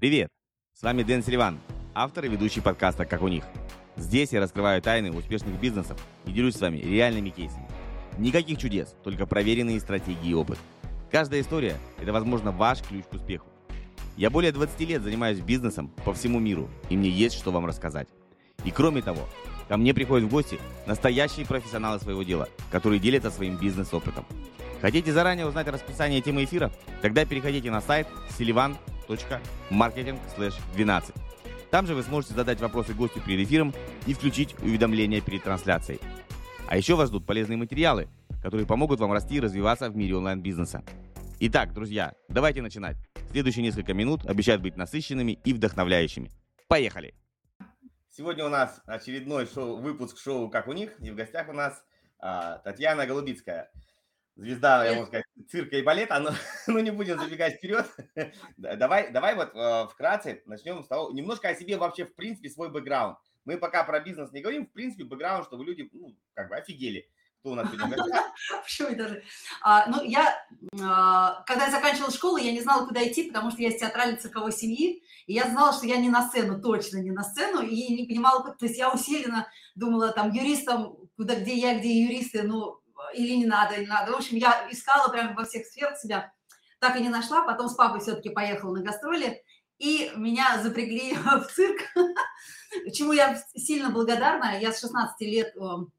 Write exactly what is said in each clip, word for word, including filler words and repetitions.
Привет! С вами Дэн Селиван, автор и ведущий подкаста «Как у них». Здесь я раскрываю тайны успешных бизнесов и делюсь с вами реальными кейсами. Никаких чудес, только проверенные стратегии и опыт. Каждая история – это, возможно, ваш ключ к успеху. Я более двадцати лет занимаюсь бизнесом по всему миру, и мне есть что вам рассказать. И кроме того, ко мне приходят в гости настоящие профессионалы своего дела, которые делятся своим бизнес-опытом. Хотите заранее узнать расписание темы эфира? Тогда переходите на сайт селиван точка маркетинг слэш двенадцать. Там же вы сможете задать вопросы гостю перед эфиром и включить уведомления перед трансляцией. А еще вас ждут полезные материалы, которые помогут вам расти и развиваться в мире онлайн-бизнеса. Итак, друзья, давайте начинать. Следующие несколько минут обещают быть насыщенными и вдохновляющими. Поехали! Сегодня у нас очередной шоу, выпуск шоу «Как у них», и в гостях у нас а, Татьяна Голубицкая. Звезда, я могу сказать, цирка и балета, но, но не будем забегать вперед. Давай, давай вот э, вкратце начнем с того, немножко о себе вообще, в принципе, свой бэкграунд. Мы пока про бизнес не говорим, в принципе, бэкграунд, чтобы люди, ну, как бы офигели, кто у нас сегодня. Почему даже? А, ну, я, а, когда я заканчивала школу, я не знала, куда идти, потому что я из театральной цирковой семьи, и я знала, что я не на сцену, точно не на сцену, и не понимала, то есть я усиленно думала, там, юристом, куда, где я, где юристы, ну, или не надо, или надо. В общем, я искала прямо во всех сферах себя, так и не нашла. Потом с папой все-таки поехала на гастроли, и меня запрягли в цирк, чему я сильно благодарна. Я с шестнадцати лет,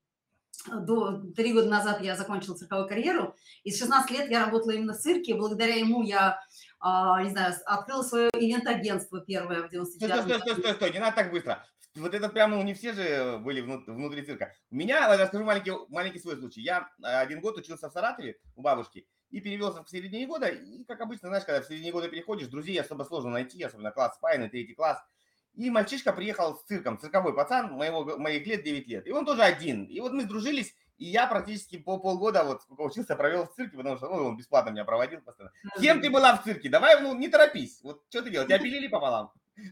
до три года назад я закончила цирковую карьеру, и с шестнадцати лет я работала именно в цирке. Благодаря ему я, не знаю, открыла свое ивент-агентство первое в девяносто девятом году. Стой, стой, стой, стой, не надо так быстро. Вот это прямо, ну, не все же были внутри цирка. У меня, расскажу маленький, маленький свой случай. Я один год учился в Саратове у бабушки и перевелся в середине года. И, как обычно, знаешь, когда в середине года переходишь, друзей особо сложно найти, особенно класс спаянный, третий класс. И мальчишка приехал с цирком, цирковой пацан, моего, моих лет, девять лет. И он тоже один. И вот мы сдружились, и я практически по полгода, вот сколько учился, провел в цирке, потому что, ну, он бесплатно меня проводил постоянно. Кем ты была в цирке? Давай, ну, не торопись. Вот что ты делал? Тебя пилили пополам?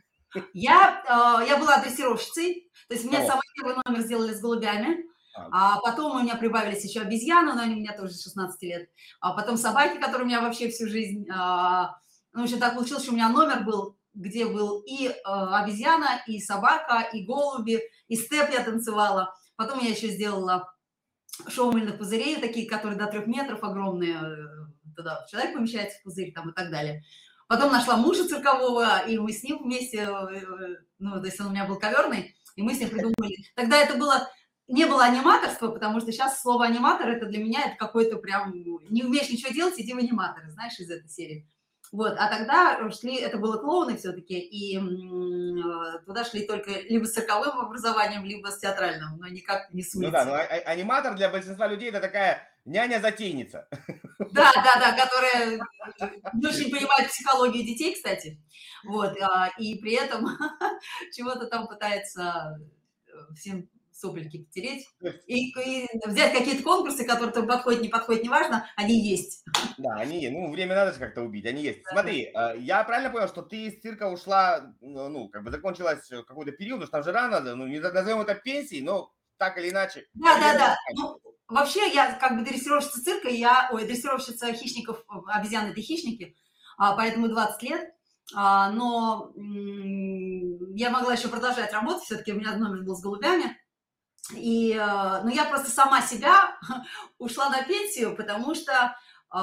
Я, э, я была дрессировщицей, то есть мне О. самый первый номер сделали с голубями, а. а потом у меня прибавились еще обезьяны, но они у меня тоже с шестнадцати лет, а потом собаки, которые у меня вообще всю жизнь, а, ну, еще так получилось, что у меня номер был, где был и а, обезьяна, и собака, и голуби, и степ я танцевала, потом я еще сделала шоу мыльных пузырей, такие, которые до трех метров огромные, туда человек помещается в пузырь там и так далее. Потом нашла мужа циркового, и мы с ним вместе, ну, то есть он у меня был коверный, и мы с ним придумали. Тогда это было, не было аниматорства, потому что сейчас слово аниматор, это для меня, это какой-то прям, не умеешь ничего делать, иди в аниматоры, знаешь, из этой серии. Вот, а тогда шли, это было клоуны все-таки, и м, туда шли только либо с цирковым образованием, либо с театральным, но никак не с улицы. Ну да, но а- а- аниматор для большинства людей это такая няня-затейница. Да, да, да, которая не очень понимает психологию детей, кстати, вот, и при этом чего-то там пытается всем соплики потереть и, и взять какие-то конкурсы, которые там подходят, не подходят, неважно, они есть. Да, они есть. Ну, время надо же как-то убить, они есть. Смотри, я правильно понял, что ты из цирка ушла, ну, как бы закончилась какой-то период, потому что там же рано, ну, не назовем это пенсией, но так или иначе. Да, да, да. Ну, вообще, я как бы дрессировщица цирка, я, ой, дрессировщица хищников, обезьяны это хищники, поэтому двадцать лет, но я могла еще продолжать работать, все-таки у меня номер был с голубями, и, ну, я просто сама себя ушла на пенсию, потому что,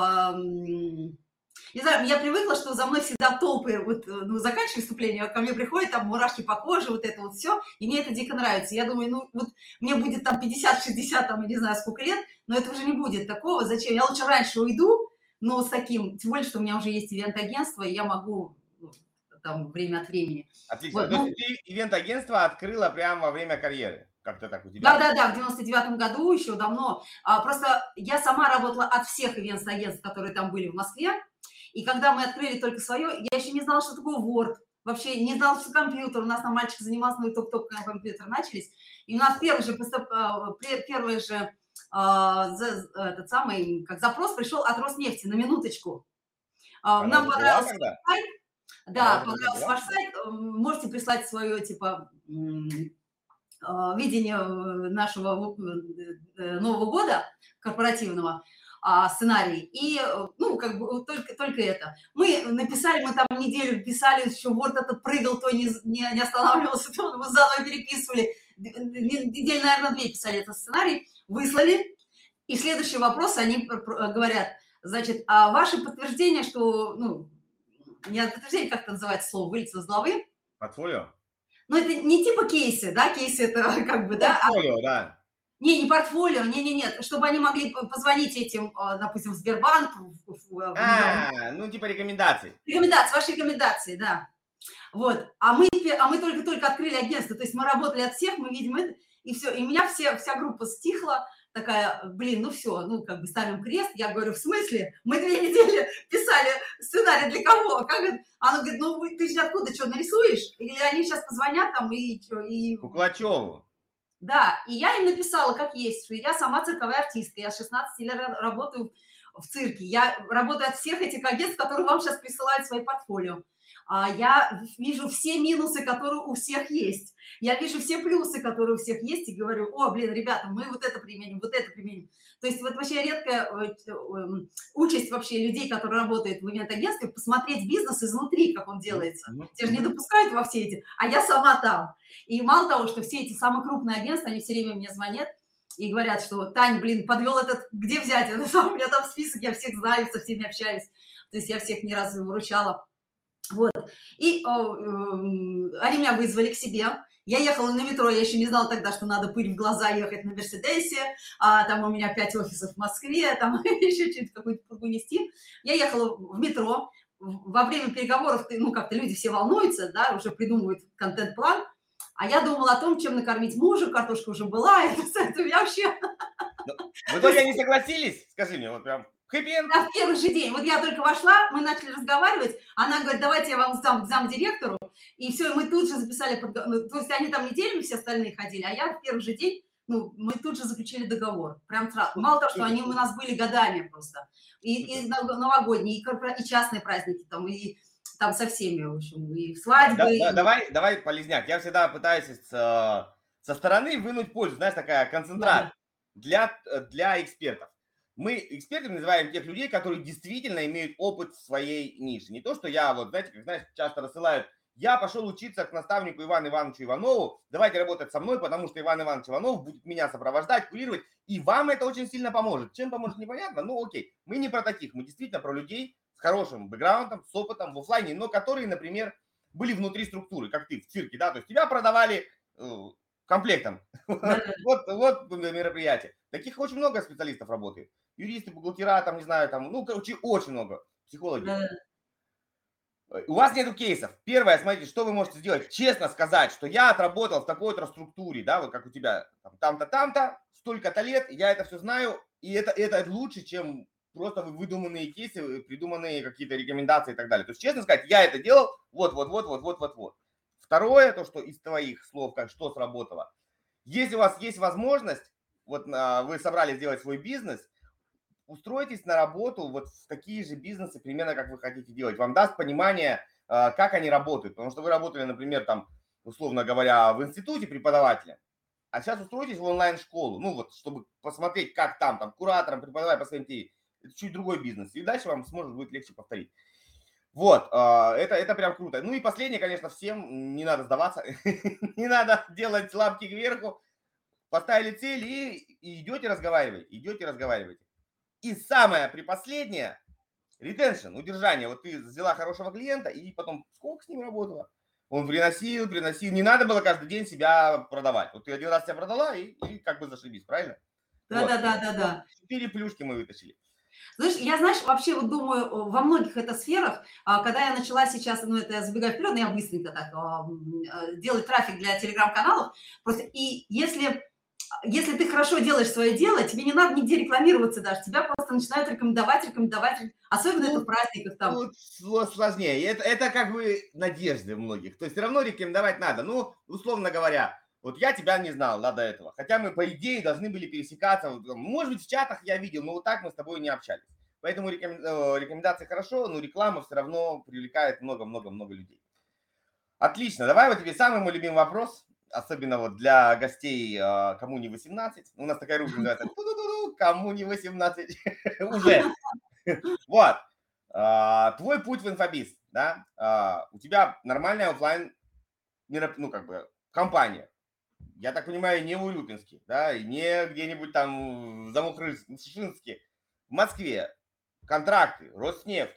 не знаю, я привыкла, что за мной всегда толпы, вот, ну, заканчиваю выступление, ко мне приходят, там, мурашки по коже, вот это вот все, и мне это дико нравится. Я думаю, ну, вот, мне будет там пятьдесят-шестьдесят, там, я не знаю, сколько лет, но это уже не будет такого, зачем? Я лучше раньше уйду, но с таким, тем более, что у меня уже есть ивент-агентство, и я могу, ну, там, время от времени. Отлично. Вот, То ну, есть ты ивент-агентство открыла прямо во время карьеры? Как-то так у тебя? Да, да, да, в девяносто девятом году, еще давно. А, просто я сама работала от всех ивент-агентств, которые там были в Москве. И когда мы открыли только свое, я еще не знала, что такое Word. Вообще не знала, что компьютер. У нас там мальчик занимался, ну и топ-топ компьютер начались. И у нас первый же, первый же этот самый, как запрос пришел от Роснефти, на минуточку. Она Нам понравился была, сайт. Да, понравился ваш сайт. Можете прислать свое, типа, видение нашего Нового года корпоративного. а, сценарий. И, ну, как бы только, только это. Мы написали, мы там неделю писали, еще Word этот прыгал, то не, не, не останавливался, то мы заново переписывали. Недель, наверное, две писали этот сценарий, выслали. И следующий вопрос, они говорят, значит, а ваше подтверждение, что, ну, не подтверждение, как это называется слово, вылетело из головы? Портфолио? Ну, это не типа кейсы, да, кейсы это как бы, да? Портфолио, да. Не, не портфолио, не-не-нет, чтобы они могли позвонить этим, допустим, в Сбербанк. В, в, а, ну, типа рекомендации. Рекомендации, ваши рекомендации, да. Вот, а мы, а мы только-только открыли агентство, то есть мы работали от всех, мы видим это, и все, и у меня все, вся группа стихла, такая, блин, ну все, ну как бы ставим крест. Я говорю, в смысле? Мы две недели писали сценарий для кого? Как это? Она говорит, ну ты же откуда, что, нарисуешь? Или они сейчас позвонят там и что? И... Куклачеву. Да, и я им написала, как есть, что я сама цирковая артистка, я с шестнадцати лет работаю в цирке, я работаю от всех этих агентств, которые вам сейчас присылают свои портфолио. Я вижу все минусы, которые у всех есть. Я вижу все плюсы, которые у всех есть, и говорю, о, блин, ребята, мы вот это применим, вот это применим. То есть вот вообще редкая участь вообще людей, которые работают в ивент-агентстве, посмотреть бизнес изнутри, как он делается. Те же не допускают во все эти, а я сама там. И мало того, что все эти самые крупные агентства, они все время мне звонят и говорят, что, Тань, блин, подвел этот, где взять это? У меня там список, я всех знаю, со всеми общаюсь. То есть я всех ни разу выручала. Вот, и о, э, они меня вызвали к себе, я ехала на метро, я еще не знала тогда, что надо пыль в глаза ехать на Мерседесе, а, там у меня пять офисов в Москве, там еще что-то какую-то фургу нести. Я ехала в метро, во время переговоров, ну, как-то люди все волнуются, да, уже придумывают контент-план, а я думала о том, чем накормить мужа, картошка уже была, это, это я вообще... В итоге они согласились? Скажи мне, вот прям... Хэппи-энд. Да, в первый же день. Вот я только вошла, мы начали разговаривать, она говорит, давайте я вам сдам замдиректору, и все, и мы тут же записали, под... ну, то есть они там неделями все остальные ходили, а я в первый же день, ну, мы тут же заключили договор, прям сразу. Мало того, что они у нас были годами просто, и, и новогодние, и, корпора... и частные праздники, там, и там со всеми, в общем, и свадьбы. Да, и... Да, давай, давай, Полезняк, я всегда пытаюсь с, со стороны вынуть пользу, знаешь, такая концентрат да. для, для экспертов. Мы экспертами называем тех людей, которые действительно имеют опыт в своей нише. Не то, что я, вот, знаете, как, знаешь, часто рассылают, я пошел учиться к наставнику Ивану Ивановичу Иванову, давайте работать со мной, потому что Иван Иванович Иванов будет меня сопровождать, курировать, и вам это очень сильно поможет. Чем поможет, непонятно, ну окей. Мы не про таких, мы действительно про людей с хорошим бэкграундом, с опытом в офлайне, но которые, например, были внутри структуры, как ты в цирке, да, то есть тебя продавали э, комплектом. Вот, вот мероприятие. Таких очень много специалистов работает. Юристы, бухгалтера, там, не знаю, там, ну, короче, очень много психологи. Да. У вас нету кейсов. Первое, смотрите, что вы можете сделать. Честно сказать, что я отработал в такой-то структуре, да, вот как у тебя, там-то, там-то, столько-то лет, я это все знаю, и это, это лучше, чем просто выдуманные кейсы, придуманные какие-то рекомендации и так далее. То есть, честно сказать, я это делал, вот-вот-вот-вот-вот-вот-вот. Второе, то, что из твоих слов, как что сработало. Если у вас есть возможность, вот вы собрались сделать свой бизнес, устройтесь на работу вот в такие же бизнесы, примерно как вы хотите делать. Вам даст понимание, как они работают. Потому что вы работали, например, там, условно говоря, в институте преподавателя, а сейчас устроитесь в онлайн-школу, ну вот, чтобы посмотреть, как там, там, куратором, преподавателем, посмотрите, это чуть другой бизнес. И дальше вам сможет будет легче повторить. Вот, это, это прям круто. Ну и последнее, конечно, всем не надо сдаваться, не надо делать лапки кверху. Поставили цель и идете разговариваете, идете разговариваете. И самое припоследнее, ретеншн, удержание. Вот ты взяла хорошего клиента и потом сколько с ним работала? Он приносил, приносил. Не надо было каждый день себя продавать. Вот ты один раз себя продала и, и как бы зашибись, правильно? Да, вот. да, да, да, да. Четыре плюшки мы вытащили. Знаешь, я, знаешь, вообще вот думаю, во многих это сферах, когда я начала сейчас, ну, это я забегаю вперед, но я быстренько так, делать трафик для телеграм-каналов, просто, и если... Если ты хорошо делаешь свое дело, тебе не надо нигде рекламироваться даже. Тебя просто начинают рекомендовать, рекомендовать. Особенно ну, это в праздниках там. Ну, сложнее. Это, это как бы надежды многих. То есть все равно рекомендовать надо. Ну, условно говоря, вот я тебя не знал, да, до этого. Хотя мы, по идее, должны были пересекаться. Может быть, в чатах я видел, но вот так мы с тобой не общались. Поэтому рекомендации хорошо, но реклама все равно привлекает много-много-много людей. Отлично. Давай вот тебе самый мой любимый вопрос. Особенно вот для гостей, кому не восемнадцать. У нас такая рубрика называется Ну, кому не восемнадцать уже. Вот. Твой путь в инфобиз, да? У тебя нормальная офлайн, ну, как бы, компания. Я так понимаю, не в Урюпинске, да, и не где-нибудь там в Замухрышинске, в Москве. Контракты, Роснефть.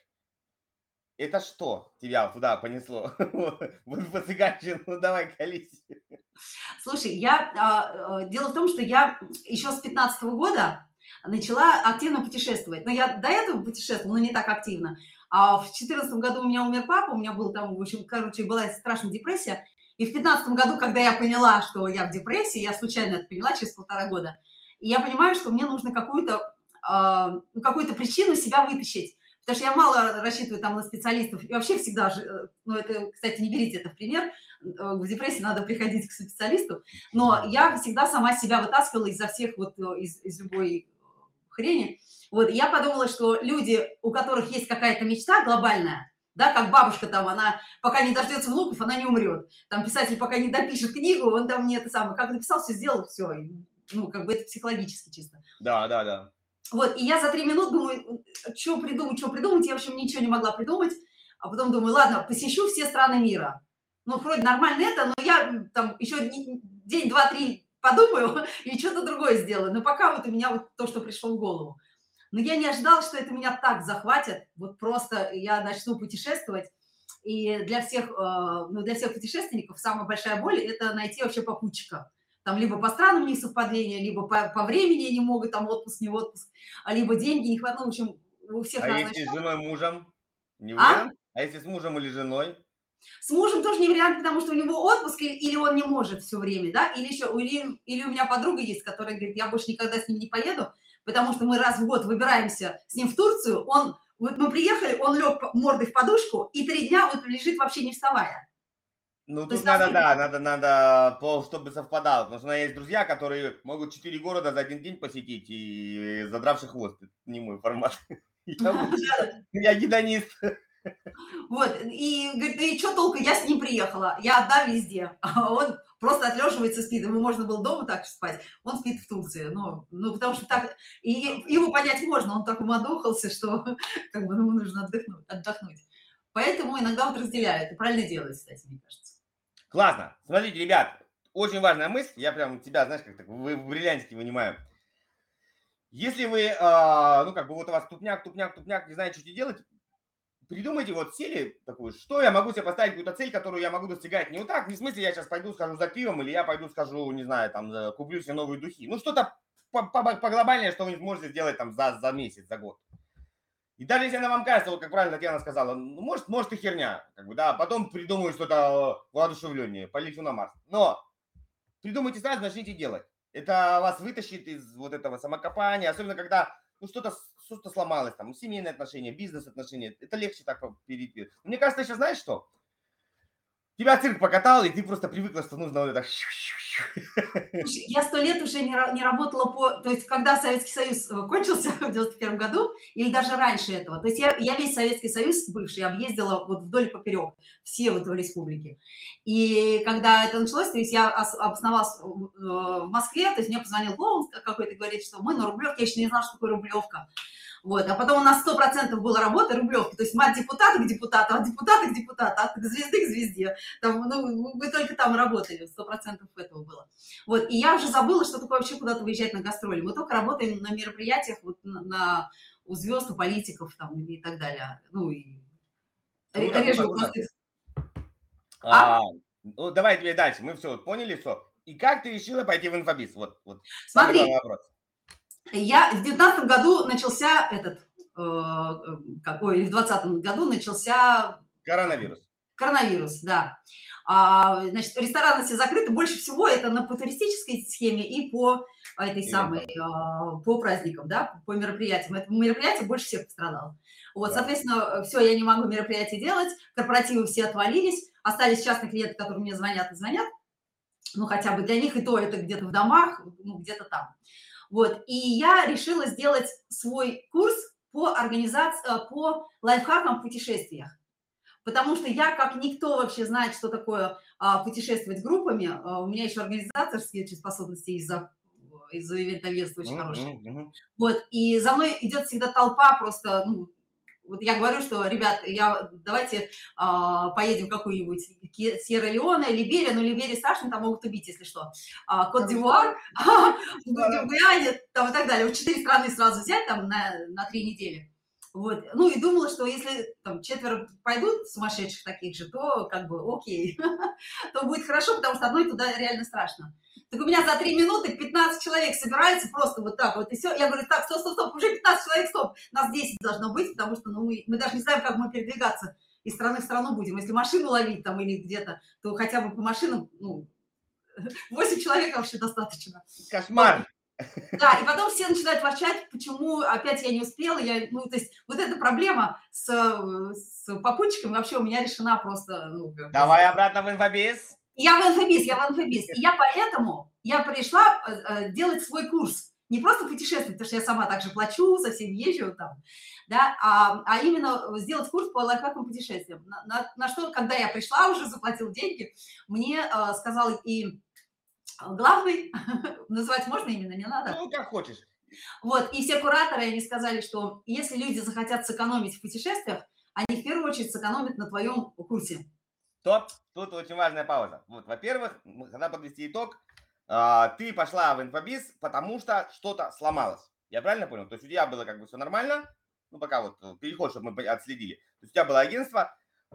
Это что тебя туда понесло? В Цыганщину, ну давай, колись. Слушай, я, а, дело в том, что я еще с пятнадцатого года начала активно путешествовать. Но я до этого путешествовала, но не так активно. А в четырнадцатом году у меня умер папа, у меня был там, в общем, короче, была страшная депрессия. И в пятнадцатом году, когда я поняла, что я в депрессии, я случайно это поняла через полтора года, и я понимаю, что мне нужно какую-то э, какую-то причину себя вытащить. Потому что я мало рассчитываю там на специалистов. И вообще всегда же, ну это, кстати, не берите это в пример, в депрессии надо приходить к специалисту. Но я всегда сама себя вытаскивала изо всех вот, из, из любой хрени. Вот, и я подумала, что люди, у которых есть какая-то мечта глобальная, да, как бабушка там, она пока не дождется внуков, она не умрет. Там писатель пока не допишет книгу, он там не это самое, как написал, все сделал, все. Ну, как бы это психологически чисто. Да, да, да. Вот, и я за три минуты думаю, что придумать, что придумать, я, в общем, ничего не могла придумать. А потом думаю, ладно, посещу все страны мира. Ну, вроде нормально это, но я там еще день, два, три подумаю и что-то другое сделаю. Но пока вот у меня вот то, что пришло в голову. Но я не ожидала, что это меня так захватит. Вот просто я начну путешествовать. И для всех, ну, для всех путешественников самая большая боль – это найти вообще попутчика. Там либо по странам не совпадение, либо по, по времени не могут, там отпуск, не отпуск, либо деньги не хватает. Ну, в общем, у всех а разные если штуки. с женой, мужем? Не вариант? А? а если с мужем или женой? С мужем тоже не вариант, потому что у него отпуск, или, или он не может все время, да, или еще, или, или у меня подруга есть, которая говорит, я больше никогда с ним не поеду, потому что мы раз в год выбираемся с ним в Турцию, он, вот мы приехали, он лег мордой в подушку, и три дня вот лежит вообще не вставая. Ну, тут надо, нас... да, надо, надо, чтобы совпадало, потому что у меня есть друзья, которые могут четыре города за один день посетить, и задравший хвост, это не мой формат. Я гедонист. Вот, и говорит, и что толку, я с ним приехала, я одна везде, а он просто отлеживается, спит, ему можно было дома так спать, он спит в Турции, ну, ну потому что так, и его понять можно, он так умодохался, что как бы ему нужно отдохнуть, отдохнуть. Поэтому иногда вот разделяют, и правильно делают, кстати, мне кажется. Классно, смотрите, ребят, очень важная мысль, я прям тебя, знаешь, как так в бриллиантике вынимаю. Если вы, э, ну, как бы вот у вас тупняк, тупняк, тупняк, не знаете, что делать, придумайте вот цели такую, что я могу себе поставить, какую-то цель, которую я могу достигать. Не вот так, не в смысле я сейчас пойду схожу за пивом, или я пойду схожу, не знаю, там, куплю себе новые духи. Ну, что-то поглобальнее, что вы сможете сделать там за, за месяц, за год. И даже если она вам кажется, вот как правильно Татьяна сказала, ну, может, может и херня, как бы, да, потом придумаю что-то воодушевленнее, полечу на Марс. Но придумайте сразу, начните делать. Это вас вытащит из вот этого самокопания, особенно когда ну, что-то что сломалось, там, семейные отношения, бизнес-отношения. Это легче так перейти. Мне кажется, еще знаешь что? Тебя цирк покатал, и ты просто привыкла, что нужно вот это... Я сто лет уже не, не работала по... То есть, когда Советский Союз кончился в девяносто первом году, или даже раньше этого, то есть я, я весь Советский Союз бывший объездила вот вдоль и поперек, все вот в республике. И когда это началось, то есть я обосновалась в Москве, то есть мне позвонил клоун какой-то, говорит, что мы на Рублевке, я еще не знала, что такое Рублевка. Вот, а потом у нас сто процентов была работа Рублевки, то есть мы от депутата к депутату, от депутата к депутату, от звезды к звезде. Там, ну, мы только там работали, сто процентов этого было. Вот, и я уже забыла, что такое вообще куда-то выезжать на гастроли. Мы только работаем на мероприятиях, вот, на, на, у звезд, у политиков там, и так далее. Ну, и круто, реже круто, круто. А? А, ну, давай тебе дальше, мы все вот поняли, все. И как ты решила пойти в инфобиз? Вот, вот. Смотри. Я в девятнадцатом году начался этот, э, какой, в двадцатом году начался... Коронавирус. Коронавирус, да. А, значит, рестораны все закрыты. Больше всего это на по туристической схеме и по этой самой, а, по праздникам, да, по мероприятиям. Это мероприятие больше всех пострадало. Вот, да. Соответственно, все, я не могу мероприятия делать. Корпоративы все отвалились. Остались частные клиенты, которые мне звонят и звонят. Ну, хотя бы для них и то это где-то в домах, ну, где-то там. Вот, и я решила сделать свой курс по организации, по лайфхакам в путешествиях. Потому что я, как никто вообще знает, что такое а, путешествовать группами. А, у меня еще организаторские способности из-за из ивент-агентства очень хорошее. Мгм. Вот, и за мной идет всегда толпа просто, ну, вот я говорю, что, ребят, я, давайте а, поедем в какую-нибудь Ки- Сьерра-Леоне, Либерия, но Либерия страшно, там могут убить, если что. А, Кот-д'Ивуар, Да. Гуяне, там и так далее. Вот четыре страны сразу взять там на, на три недели. Вот. Ну и думала, что если там четверо пойдут сумасшедших таких же, то как бы окей, то будет хорошо, потому что одной туда реально страшно. Так у меня за три минуты пятнадцать человек собирается просто вот так вот, и все. Я говорю, так, стоп, стоп, стоп, уже пятнадцать человек, стоп. Нас десять должно быть, потому что ну, мы, мы даже не знаем, как мы передвигаться из страны в страну будем. Если машину ловить там или где-то, то хотя бы по машинам, ну, восемь человек вообще достаточно. Кошмар. Да, и потом все начинают ворчать, почему опять я не успела. Я, ну, то есть вот эта проблема с, с попутчиками вообще у меня решена просто. Ну, как бы. Давай обратно в инфобиз. Я в инфобиз, я в инфобиз. И я поэтому, я пришла э, э, делать свой курс. Не просто путешествовать, потому что я сама также плачу, со всеми езжу там, да, а, а именно сделать курс по лайфхакам путешествиям. На, на, на что, когда я пришла, уже заплатила деньги, мне э, сказал и главный, называть можно именно, не надо? Ну, как хочешь. Вот, и все кураторы, они сказали, что если люди захотят сэкономить в путешествиях, они в первую очередь сэкономят на твоем курсе. Стоп, тут очень важная пауза. Вот, во-первых, когда подвести итог, а, ты пошла в инфобиз, потому что что-то сломалось. Я правильно понял? То есть у тебя было как бы все нормально, ну пока вот переход, чтобы мы отследили. То есть у тебя было агентство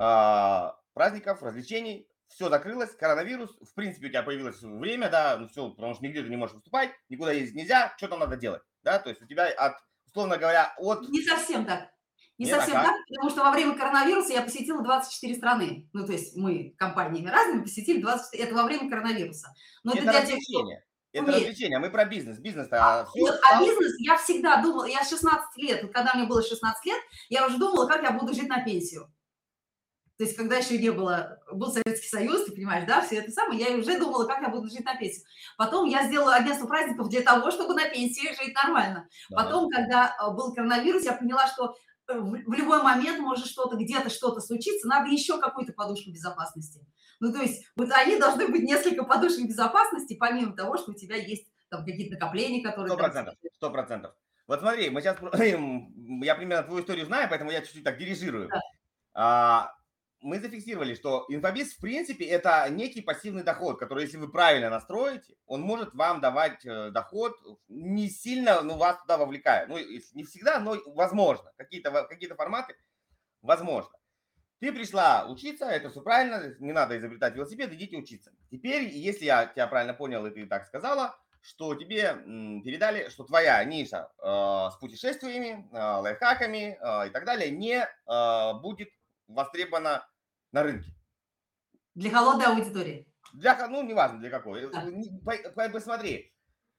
а, праздников, развлечений, все закрылось, коронавирус, в принципе у тебя появилось время, да, ну все, потому что нигде ты не можешь выступать, никуда ездить нельзя, что там надо делать, да, то есть у тебя от, условно говоря, от... Не совсем так. Не Нет, совсем а так, потому что во время коронавируса я посетила двадцать четыре страны. Ну, то есть мы компаниями разными посетили двадцать четыре. Это во время коронавируса. Но это это для тех, кто развлечение. Это умеет. развлечение, а мы про бизнес. Бизнес-то А, все. вот, а бизнес я всегда думала, я с шестнадцати лет, вот когда мне было шестнадцать лет, я уже думала, как я буду жить на пенсию. То есть, когда еще не было, был Советский Союз, ты понимаешь, да, все это самое, я уже думала, как я буду жить на пенсию. Потом я сделала агентство праздников для того, чтобы на пенсии жить нормально. Да. Потом, когда был коронавирус, я поняла, что в любой момент может что-то, где-то что-то случиться, надо еще какую-то подушку безопасности. Ну, то есть, вот они должны быть несколько подушек безопасности, помимо того, что у тебя есть там какие-то накопления, которые... Сто процентов, сто процентов. Вот смотри, мы сейчас, я примерно твою историю знаю, поэтому я чуть-чуть так дирижирую. Да. А, мы зафиксировали, что инфобиз, в принципе, это некий пассивный доход, который, если вы правильно настроите, он может вам давать доход, не сильно, ну, вас туда вовлекая. Ну, не всегда, но возможно. Какие-то какие-то форматы возможно. Ты пришла учиться, это все правильно, не надо изобретать велосипед, идите учиться. Теперь, если я тебя правильно понял, и ты так сказала, что тебе м, передали, что твоя ниша э, с путешествиями, э, лайфхаками э, и так далее не э, будет востребована на рынке. Для холодной аудитории. Для, ну, неважно для какой. Да. Посмотри,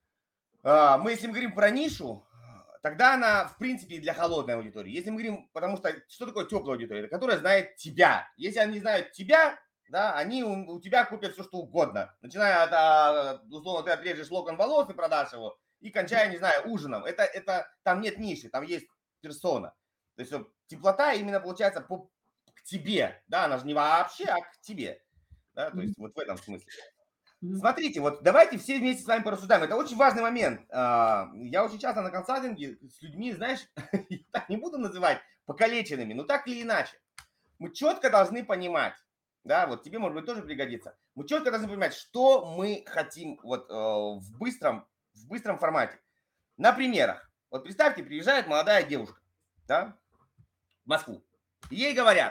э, мы если мы говорим про нишу, тогда она, в принципе, для холодной аудитории. Если мы говорим, потому что что такое теплая аудитория? Которая знает тебя. Если они знают тебя, да, они у, у тебя купят все, что угодно. Начиная от, условно, ты отрежешь локон волос и продашь его, и кончая, не знаю, ужином. Это, это, там нет ниши, там есть персона. То есть теплота именно получается по, к тебе, да, она же не вообще, а к тебе. Да, то есть вот в этом смысле. Смотрите, вот давайте все вместе с вами порассуждаем. Это очень важный момент. Я очень часто на консалтинге с людьми, знаешь, так не буду называть покалеченными, но так или иначе. Мы четко должны понимать, да, вот тебе, может быть, тоже пригодится. Мы четко должны понимать, что мы хотим вот в быстром, в быстром формате. На примерах. Вот представьте, приезжает молодая девушка, да, в Москву. И ей говорят,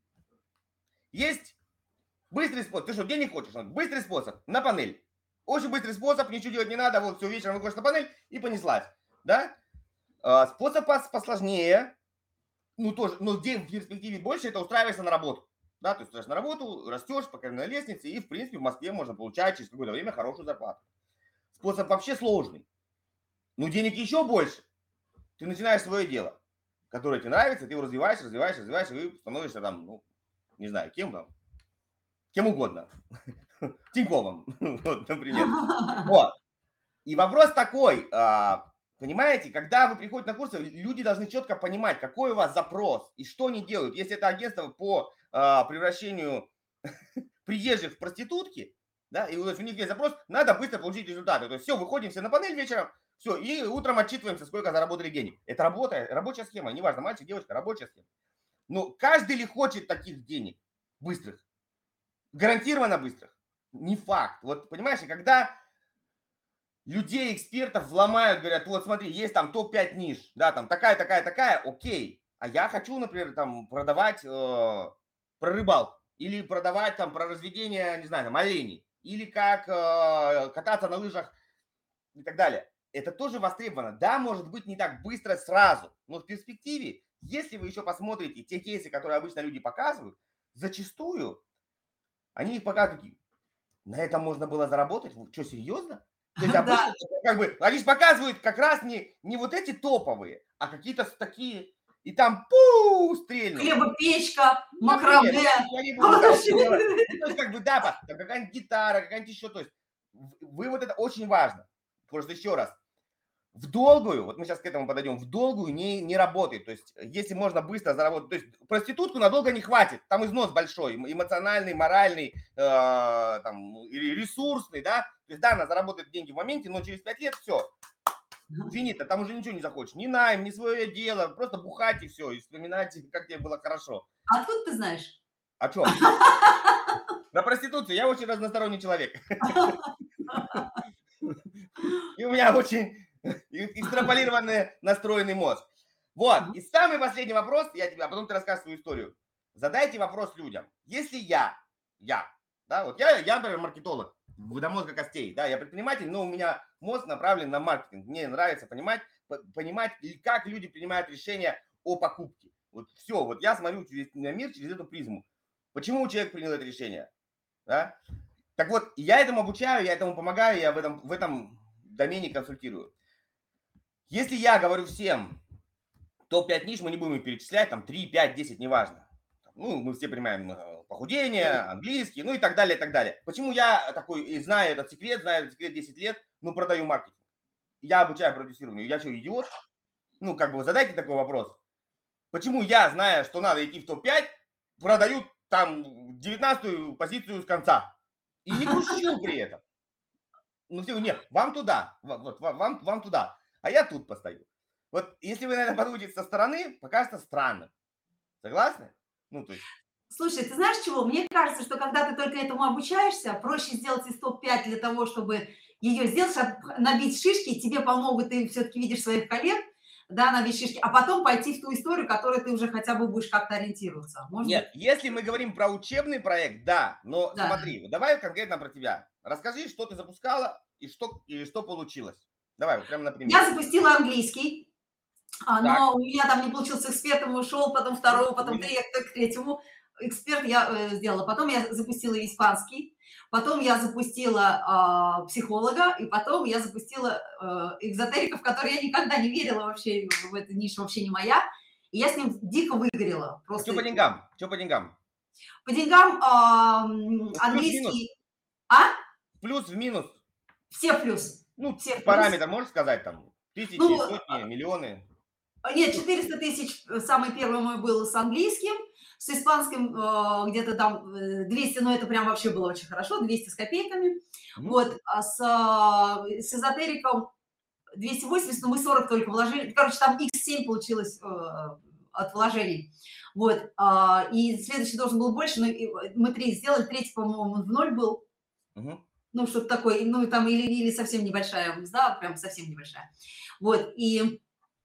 есть... Быстрый способ. Ты что, денег хочешь? Быстрый способ. На панель. Очень быстрый способ. Ничего делать не надо. Вот все, вечером выходишь на панель и понеслась. Да? Способ посложнее. Ну, тоже, но где в перспективе больше, это устраиваешься на работу. Да, ты устраиваешься на работу, растешь по карьерной лестнице, и, в принципе, в Москве можно получать через какое-то время хорошую зарплату. Способ вообще сложный. Но денег еще больше. Ты начинаешь свое дело, которое тебе нравится, ты его развиваешь, развиваешь, развиваешь, и становишься там, ну, не знаю, кем там. Кем угодно. Тиньковым, вот, например. Вот. И вопрос такой, понимаете, когда вы приходите на курсы, люди должны четко понимать, какой у вас запрос и что они делают. Если это агентство по превращению приезжих в проститутки, да, и вот у них есть запрос, надо быстро получить результаты. То есть все, выходим все на панель вечером, все, и утром отчитываемся, сколько заработали денег. Это работа, рабочая схема, неважно, мальчик, девочка, рабочая схема. Но каждый ли хочет таких денег быстрых? Гарантированно быстрых? Не факт. Вот понимаешь, когда людей, экспертов вломают, говорят, вот смотри, есть там топ пять ниш, да, там такая, такая, такая, окей. А я хочу, например, там продавать э, про рыбалку, или продавать там про разведение, не знаю, там, оленей, или как э, кататься на лыжах и так далее. Это тоже востребовано. Да, может быть, не так быстро сразу, но в перспективе, если вы еще посмотрите те кейсы, которые обычно люди показывают, зачастую они их показывают, на этом можно было заработать? Что, серьезно? То есть обычно, как бы, они же показывают как раз не, не вот эти топовые, а какие-то такие, и там пу стрельнут. Хлебопечка, макраме. То есть, как бы, да, какая-нибудь гитара, какая-нибудь еще. То есть, вы вот это очень важно. Просто еще раз. В долгую, вот мы сейчас к этому подойдем, в долгую не, не работает. То есть, если можно быстро заработать, то есть, проститутку надолго не хватит. Там износ большой, эмоциональный, моральный, э, там, ресурсный, да. То есть, да, она заработает деньги в моменте, но через пять лет все. Финита, там уже ничего не захочешь. Ни найм, ни свое дело, просто бухать и все, и вспоминать, как тебе было хорошо. А откуда ты знаешь? О чем? Про проституцию. Я очень разносторонний человек. И у меня очень экстраполированный настроенный мозг. Вот. И самый последний вопрос, я тебе, а потом ты расскажешь свою историю. Задайте вопрос людям. Если я, я, да, вот я, я, например, маркетолог, до мозга костей, да, я предприниматель, но у меня мозг направлен на маркетинг. Мне нравится понимать, понимать, как люди принимают решения о покупке. Вот все, вот я смотрю на мир через эту призму. Почему человек принял это решение? Да? Так вот, я этому обучаю, я этому помогаю, я в этом, в этом домене консультирую. Если я говорю всем, топ пять ниш, мы не будем их перечислять, там три, пять, десять, неважно. Ну, мы все понимаем похудение, английский, ну и так далее, и так далее. Почему я такой, и знаю этот секрет, знаю этот секрет десять лет, ну, продаю маркетинг. Я обучаю продюсированию. Я что, идиот? Ну, как бы задайте такой вопрос. Почему я, зная, что надо идти в топ пять, продаю там девятнадцатую позицию с конца? И не грущу при этом. Ну, все, нет, вам туда, вот, вам, вам туда, а я тут постою. Вот если вы на это подумаете со стороны, покажется странным. Согласны? Ну, то есть... Слушай, ты знаешь чего? Мне кажется, что когда ты только этому обучаешься, проще сделать из топ пять для того, чтобы ее сделать, набить шишки, тебе помогут, ты все-таки видишь своих коллег, да, набить шишки, а потом пойти в ту историю, которую ты уже хотя бы будешь как-то ориентироваться. Может Нет, быть? Если мы говорим про учебный проект, да, но Да. смотри, давай конкретно про тебя. Расскажи, что ты запускала и что, и что получилось. Давай, вот прямо на примере. Я запустила английский, но так. У меня там не получился экспертом, ушел, потом второго, потом третьего, к третьему. Эксперт я э, сделала. Потом я запустила испанский, потом я запустила э, психолога, и потом я запустила э, экзотерика, в который я никогда не верила вообще, в эту нишу вообще не моя. И я с ним дико выгорела. Просто... Что по деньгам? Что по деньгам? По деньгам э, английский... А? Плюс в минус? Все плюс. Ну, все параметр можешь сказать там? Тысячи, ну, сотни, миллионы? Нет, четыреста тысяч самый первый мой был с английским, с испанским э, где-то там двести, но это прям вообще было очень хорошо, двести с копейками. Mm-hmm. Вот, а с, э, с эзотериком двести восемьдесят, но мы сорок только вложили. Короче, там икс семь получилось э, от вложений. Вот, э, и следующий должен был больше, но мы три сделали, третий, по-моему, в ноль был. Mm-hmm. Ну, что-то такое, ну, там или, или совсем небольшая мзда, прям совсем небольшая. Вот, и...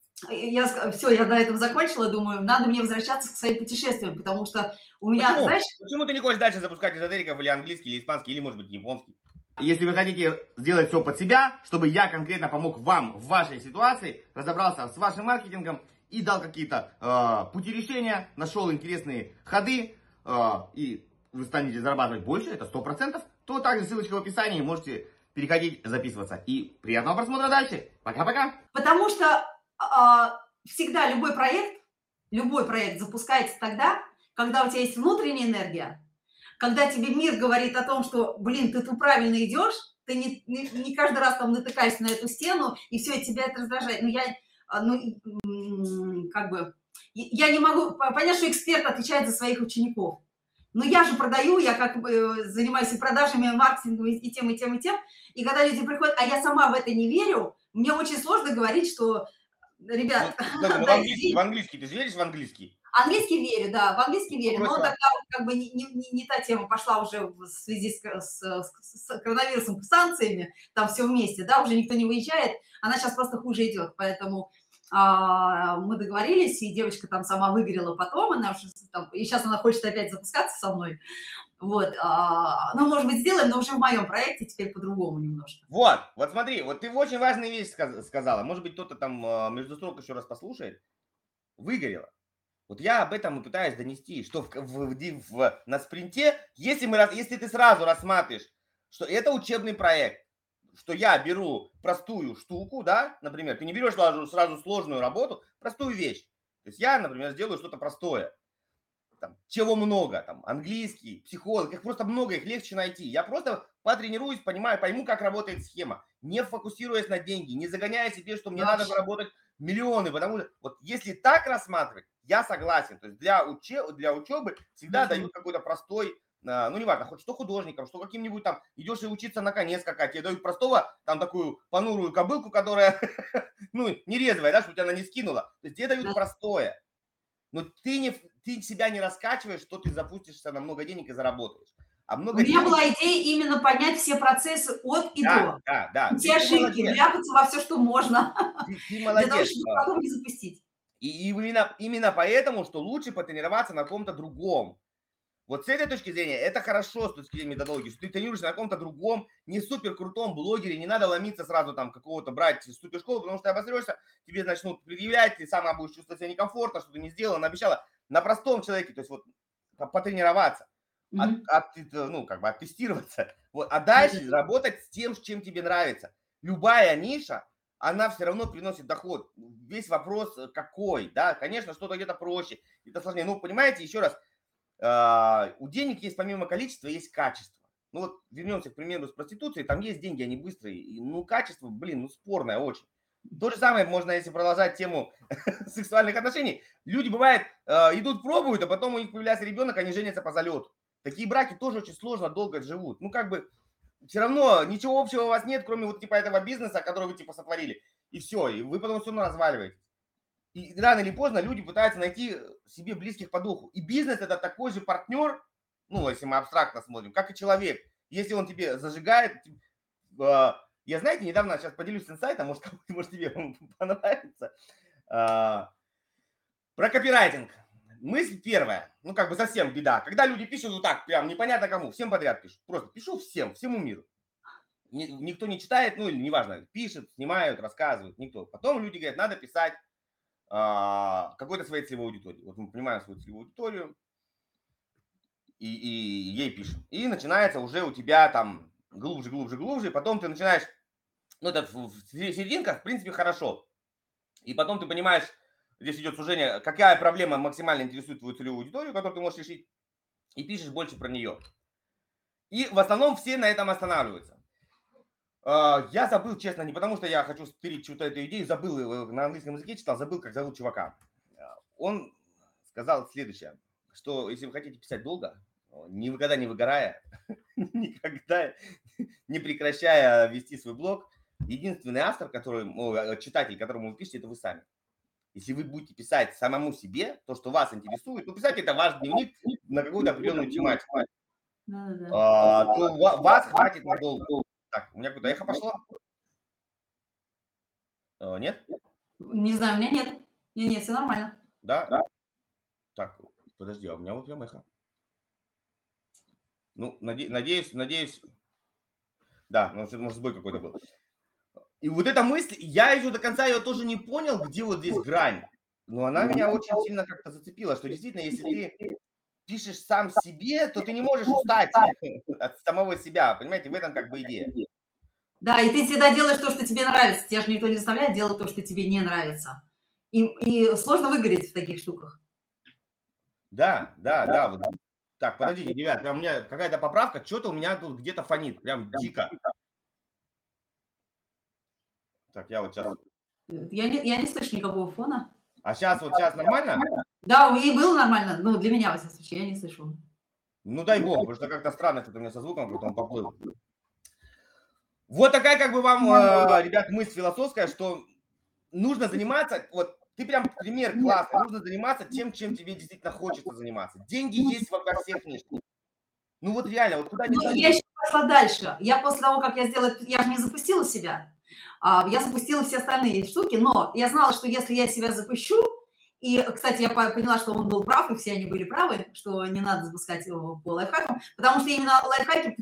Я, все, я до этого закончила, думаю, надо мне возвращаться к своим путешествиям, потому что у меня, Почему? знаешь... Почему ты не хочешь дальше запускать эзотериков или английский, или испанский, или, может быть, японский? Если вы хотите сделать все под себя, чтобы я конкретно помог вам в вашей ситуации, разобрался с вашим маркетингом и дал какие-то э, пути решения, нашел интересные ходы, э, и вы станете зарабатывать больше, это сто процентов, то также ссылочка в описании, можете переходить, записываться. И приятного просмотра дальше. Пока-пока. Потому что всегда любой проект, любой проект запускается тогда, когда у тебя есть внутренняя энергия, когда тебе мир говорит о том, что, блин, ты тут правильно идешь, ты не, не, не каждый раз там натыкаешься на эту стену, и все, тебя это раздражает. Ну, я, ну, как бы, я не могу понять, что эксперт отвечает за своих учеников. Но я же продаю, я как бы занимаюсь и продажами, и маркетингом, и тем, и тем, и тем. И когда люди приходят, а я сама в это не верю, мне очень сложно говорить, что, ребят, ну, ну, в, английский, в английский, ты же веришь в английский? Английский верю, да, в английский верю, но тогда как бы не, не, не та тема пошла уже в связи с, с, с коронавирусом, с санкциями, там все вместе, да, уже никто не выезжает, она сейчас просто хуже идет, поэтому а, мы договорились, и девочка там сама выгорела потом, она уже там, и сейчас она хочет опять запускаться со мной, вот, а, ну, может быть, сделаем, но уже в моем проекте теперь по-другому немножко. Вот, вот смотри, вот ты очень важную вещь сказала, может быть, кто-то там между строк еще раз послушает, выгорела. Вот я об этом и пытаюсь донести, что в, в, в, на спринте, если, мы, если ты сразу рассматриваешь, что это учебный проект, что я беру простую штуку, да, например, ты не берешь сразу, сразу сложную работу, простую вещь. То есть я, например, сделаю что-то простое, там, чего много, там, английский, психолог, их просто много, их легче найти. Я просто потренируюсь, понимаю, пойму, как работает схема, не фокусируясь на деньги, не загоняя себе, что мне Вообще. надо заработать миллионы, потому что вот если так рассматривать, я согласен, то есть для, учеб, для учебы всегда mm-hmm. дают какой-то простой, ну, неважно, хоть что художником, что каким-нибудь там, идешь и учиться на коне скакать, тебе дают простого, там, такую понурую кобылку, которая, ну, не резвая, да, чтобы тебя она не скинула, то есть тебе дают простое, но ты, не, ты себя не раскачиваешь, что ты запустишься на много денег и заработаешь. А много У меня денег... была идея именно понять все процессы от и да, до. Да, да, все ошибки, вляпаться во все, что можно, ты, ты молодец, для того, чтобы потом не запустить. И, и именно, именно поэтому, что лучше потренироваться на ком-то другом. Вот с этой точки зрения, это хорошо с точки зрения методологии, что ты тренируешься на каком-то другом, не супер крутом блогере, не надо ломиться сразу там какого-то брать супершколу, потому что ты обосрешься, тебе начнут предъявлять, ты сама будешь чувствовать себя некомфортно, что ты не сделала, обещала. На простом человеке, то есть вот потренироваться, mm-hmm. от, от, ну, как бы оттестироваться, вот, а дальше mm-hmm. работать с тем, чем тебе нравится. Любая ниша, она все равно приносит доход. Весь вопрос какой, да, конечно, что-то где-то проще, это сложнее. Ну, понимаете, еще раз, Uh, у денег есть помимо количества, есть качество. Ну вот вернемся, к примеру, с проституцией, там есть деньги, они быстрые. И, ну, качество, блин, ну, спорное очень. То же самое можно, если продолжать тему сексуальных отношений. Люди, бывает, uh, идут, пробуют, а потом у них появляется ребенок, они женятся по залету. Такие браки тоже очень сложно, долго живут. Ну, как бы, все равно ничего общего у вас нет, кроме вот типа этого бизнеса, который вы типа сотворили. И все, и вы потом все равно разваливаете. И рано или поздно люди пытаются найти себе близких по духу. И бизнес – это такой же партнер, ну, если мы абстрактно смотрим, как и человек. Если он тебе зажигает… Э, я, знаете, недавно сейчас поделюсь инсайтом, может, может тебе понравится. Э, про копирайтинг. Мысль первая, ну, как бы совсем беда. Когда люди пишут вот так, прям непонятно кому, всем подряд пишут. Просто пишу всем, всему миру. Никто не читает, ну, или неважно, пишет, снимают, рассказывают, никто. Потом люди говорят, надо писать какой-то своей целевой аудитории. Вот мы понимаем свою целевую аудиторию и, и ей пишем. И начинается уже у тебя там глубже, глубже, глубже. И потом ты начинаешь, ну это серединка, в принципе, хорошо. И потом ты понимаешь, здесь идет сужение, какая проблема максимально интересует твою целевую аудиторию, которую ты можешь решить. И пишешь больше про нее. И в основном все на этом останавливаются. Я забыл, честно, не потому что я хочу стырить чью-то эту идею, забыл, на английском языке читал, забыл, как зовут чувака. Он сказал следующее, что если вы хотите писать долго, никогда не выгорая, никогда не прекращая вести свой блог, единственный автор, который, ну, читатель, которому вы пишете, это вы сами. Если вы будете писать самому себе то, что вас интересует, ну, писать это ваш дневник на какую-то определенную тематику, то вас хватит надолго. Так, у меня куда эхо пошло? О, нет? Не знаю, у меня нет. Нет, нет, все нормально. Да? Да? Так, подожди, а у меня вот прям эхо. Ну, наде- надеюсь, надеюсь. Да, может, может сбой какой-то был. И вот эта мысль, я еще до конца ее тоже не понял, где вот здесь грань. Но она меня очень сильно как-то зацепила, что действительно, если ты пишешь сам себе, то ты не можешь устать от самого себя. Понимаете, в этом как бы идея. Да, и ты всегда делаешь то, что тебе нравится. Тебя же никто не заставляет делать то, что тебе не нравится. И, и сложно выгореть в таких штуках. Да, да, да. Вот. Так, подождите, ребят, у меня какая-то поправка, что-то у меня тут где-то фонит, прям дико. Так, я вот сейчас... Я не, я не слышу никакого фона. А сейчас вот сейчас нормально? Да, и было нормально. Ну, для меня, во всяком случае, я не слышу. Ну, дай бог, потому что как-то странно что-то у меня со звуком, потом поплыл. Вот такая, как бы вам, э, ребят, мысль философская, что нужно заниматься, вот ты прям пример классный, нужно заниматься тем, чем тебе действительно хочется заниматься. Деньги есть во всех внешних. Ну вот реально, вот куда ни Ну, я еще пошла дальше. Я после того, как я сделала, я же не запустила себя, а, я запустила все остальные штуки, но я знала, что если я себя запущу, и, кстати, я поняла, что он был прав, и все они были правы, что не надо запускать его по лайфхакам, потому что именно лайфхаки,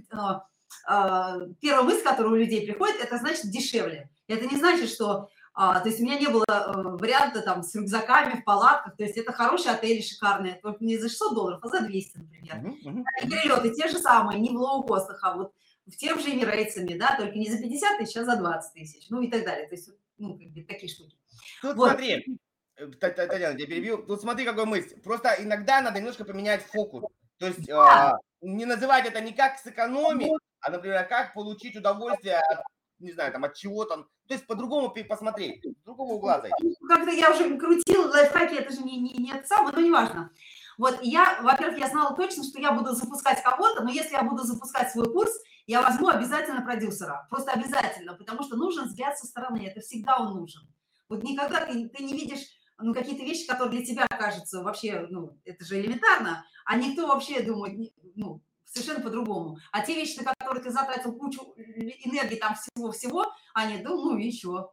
первая мысль, которая у людей приходит, это значит дешевле. Это не значит, что... А, то есть у меня не было э, варианта там с рюкзаками в палатках, то есть это хорошие отели, шикарные, только не за шестьсот долларов, а за двести, например. Uh-huh, uh-huh. И перелеты те же самые, не в лоукостах, а вот в тем же Эмирейтсами, да, только не за пятьдесят тысяч, а за двадцать тысяч, ну и так далее. То есть, ну, как бы, такие штуки. Тут вот. Смотри, Татьяна, я перебью, тут смотри, какая мысль. Просто иногда надо немножко поменять фокус. То есть да. э, не называть это не как сэкономить, а, например, как получить удовольствие от, не знаю, там, от чего-то. То есть по-другому посмотреть, с другого угла зайти. Как-то я уже крутила лайфхаки, это же не, не, не это самое, но неважно. Вот я, во-первых, я знала точно, что я буду запускать кого-то, но если я буду запускать свой курс, я возьму обязательно продюсера, просто обязательно, потому что нужен взгляд со стороны, это всегда он нужен. Вот никогда ты, ты не видишь ну, какие-то вещи, которые для тебя кажутся вообще, ну, это же элементарно, а никто вообще думает, ну, совершенно по-другому. А те вещи, на которые ты затратил кучу энергии, там всего-всего, они, ну, и что?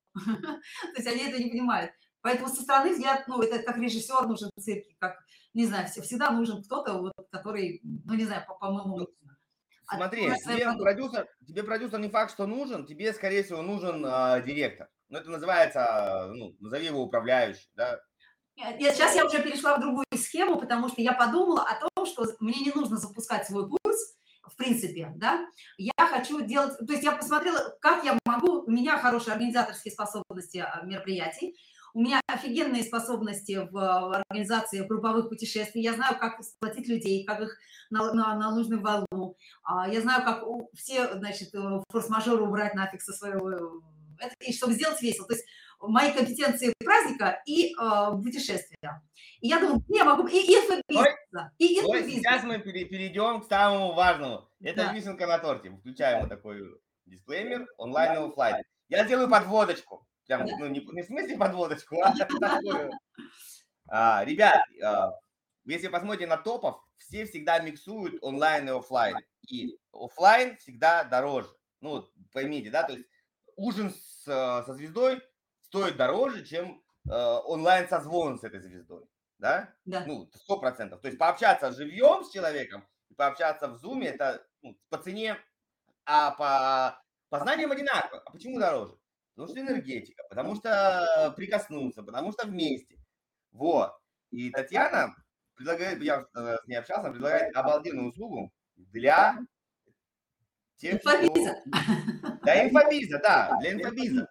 То есть они это не понимают. Поэтому со стороны взгляд, ну, это как режиссер нужен в цирке, как, не знаю, всегда нужен кто-то, вот, который, ну, не знаю, по-моему... Смотри, тебе продюсер, тебе продюсер не факт, что нужен, тебе, скорее всего, нужен э, директор. Ну, это называется, ну, назови его управляющий, да? Нет, сейчас я уже перешла в другую схему, потому что я подумала о том, что мне не нужно запускать свой курс, в принципе, да, я хочу делать, то есть я посмотрела, как я могу, у меня хорошие организаторские способности мероприятий, у меня офигенные способности в организации групповых путешествий, я знаю, как сплотить людей, как их на, на, на нужную волну, я знаю, как все, значит, форс-мажоры убрать нафиг со своего, и чтобы сделать весело, то есть мои компетенции праздника и э, путешествия. И я думаю, я могу... И инфобизнес. И инфобизнес. Сейчас мы перейдем к самому важному. Это да. Вишенка на торте. Включаем вот такой дисклеймер. Онлайн и офлайн. Я сделаю подводочку. Прям, да. ну, не, не в смысле подводочку, а такую. А, ребят, а, если посмотрите на топов, все всегда миксуют онлайн и офлайн. И офлайн всегда дороже. Ну, поймите, да? То есть ужин с, со звездой стоит дороже, чем э, онлайн-созвон с этой звездой, да? Да. Ну, сто процентов. То есть пообщаться живьем с человеком и пообщаться в зуме, это ну, по цене, а по, по знаниям одинаково. А почему дороже? Потому что энергетика, потому что прикоснуться, потому что вместе. Вот. И Татьяна предлагает, я с ней общался, она предлагает обалденную услугу для тех, инфобиза. Кто... Для инфобиза, да, для инфобиза.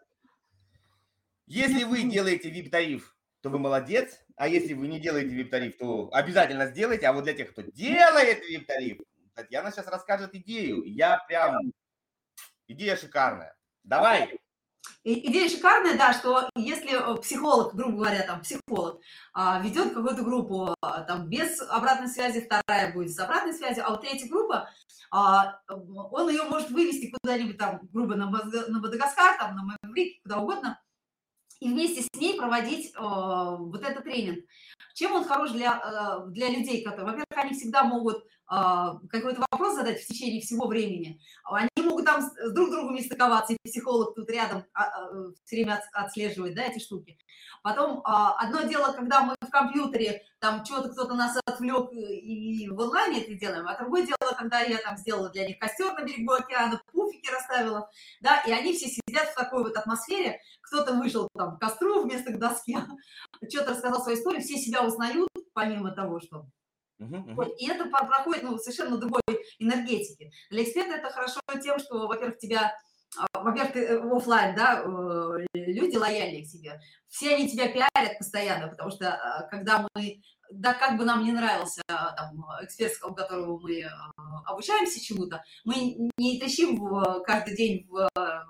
Если вы делаете ви ай пи-тариф, то вы молодец, а если вы не делаете ви ай пи-тариф, то обязательно сделайте, а вот для тех, кто делает ви ай пи-тариф, Татьяна сейчас расскажет идею, я прям, идея шикарная, давай. Идея шикарная, да, что если психолог, грубо говоря, там, психолог а, ведет какую-то группу, а, там, без обратной связи, вторая будет с обратной связью, а вот третья группа, а, он ее может вывести куда-нибудь там, грубо, на, на Мадагаскар, там, на Маврикий, куда угодно, и вместе с ней проводить э, вот этот тренинг. Чем он хорош для, э, для людей, которые, во-первых, они всегда могут э, какой-то вопрос задать в течение всего времени. Они могут там с друг другом не стыковаться, и психолог тут рядом а, а, все время от, отслеживает, да, эти штуки. Потом а, одно дело, когда мы в компьютере, там что-то кто-то нас отвлек и в онлайне это делаем, а другое дело, когда я там сделала для них костер на берегу океана, пуфики расставила, да, и они все сидят в такой вот атмосфере, кто-то вышел там к костру вместо к доске, что-то рассказал свою историю, все себя узнают, помимо того, что... Uh-huh, uh-huh. Вот, и это проходит ну, совершенно другой энергетики. Для эксперта это хорошо тем, что, во-первых, тебя, во-первых, ты офлайн, да, люди лояльные к тебе, все они тебя пиарят постоянно, потому что когда мы, да, как бы нам не нравился там, эксперт, у которого мы обучаемся чему-то, мы не тащим в, каждый день в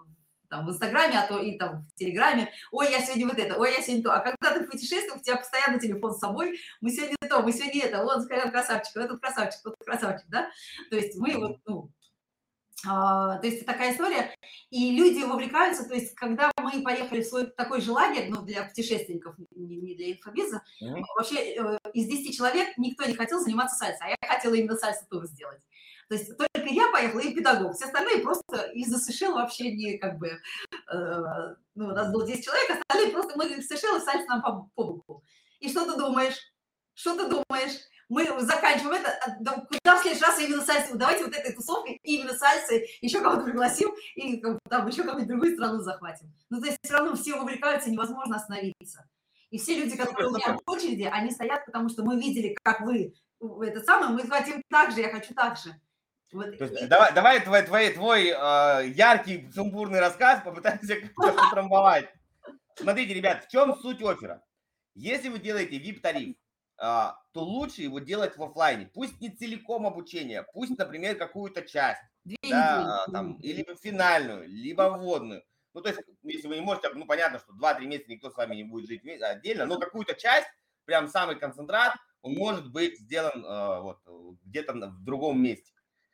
там в Инстаграме, а то и там в Телеграме. Ой, я сегодня вот это, ой, я сегодня то. А когда ты в путешествиях, у тебя постоянно телефон с собой, мы сегодня то, мы сегодня это, вон, красавчик, этот красавчик, тот красавчик, да? То есть мы вот, ну, а, то есть такая история, и люди вовлекаются, то есть когда мы поехали в свой такой же лагерь, ну, для путешественников, не, не для инфобиза, mm-hmm. вообще э, из десяти человек никто не хотел заниматься сальсой, а я хотела именно сальсо-тур сделать. То есть только я поехала и педагог, все остальные просто из-за Сейшел вообще не как бы, э, ну, у нас было десять человек, остальные просто мы в Сейшел, сальса нам по, по боку. И что ты думаешь? Что ты думаешь? Мы заканчиваем это, куда в следующий раз именно сальсы, давайте вот этой тусовкой именно сальсы, еще кого-то пригласим и там еще какую-то другую страну захватим. Ну, то есть все равно все вовлекаются, невозможно остановиться. И все люди, которые у меня в очереди, они стоят, потому что мы видели, как вы, это самое, мы хотим так же, я хочу так же. Вот. То есть, давай, давай твой, твой, твой э, яркий, сумбурный рассказ попытаемся как-то утрамбовать. Смотрите, ребят, в чем суть оффера? Если вы делаете ви ай пи-тариф, то лучше его делать в офлайне. Пусть не целиком обучение, пусть, например, какую-то часть, да, там, или финальную, либо вводную. Ну, то есть, если вы не можете, ну, понятно, что два-три месяца никто с вами не будет жить отдельно, но какую-то часть, прям самый концентрат, он может быть сделан э, вот, где-то в другом месте.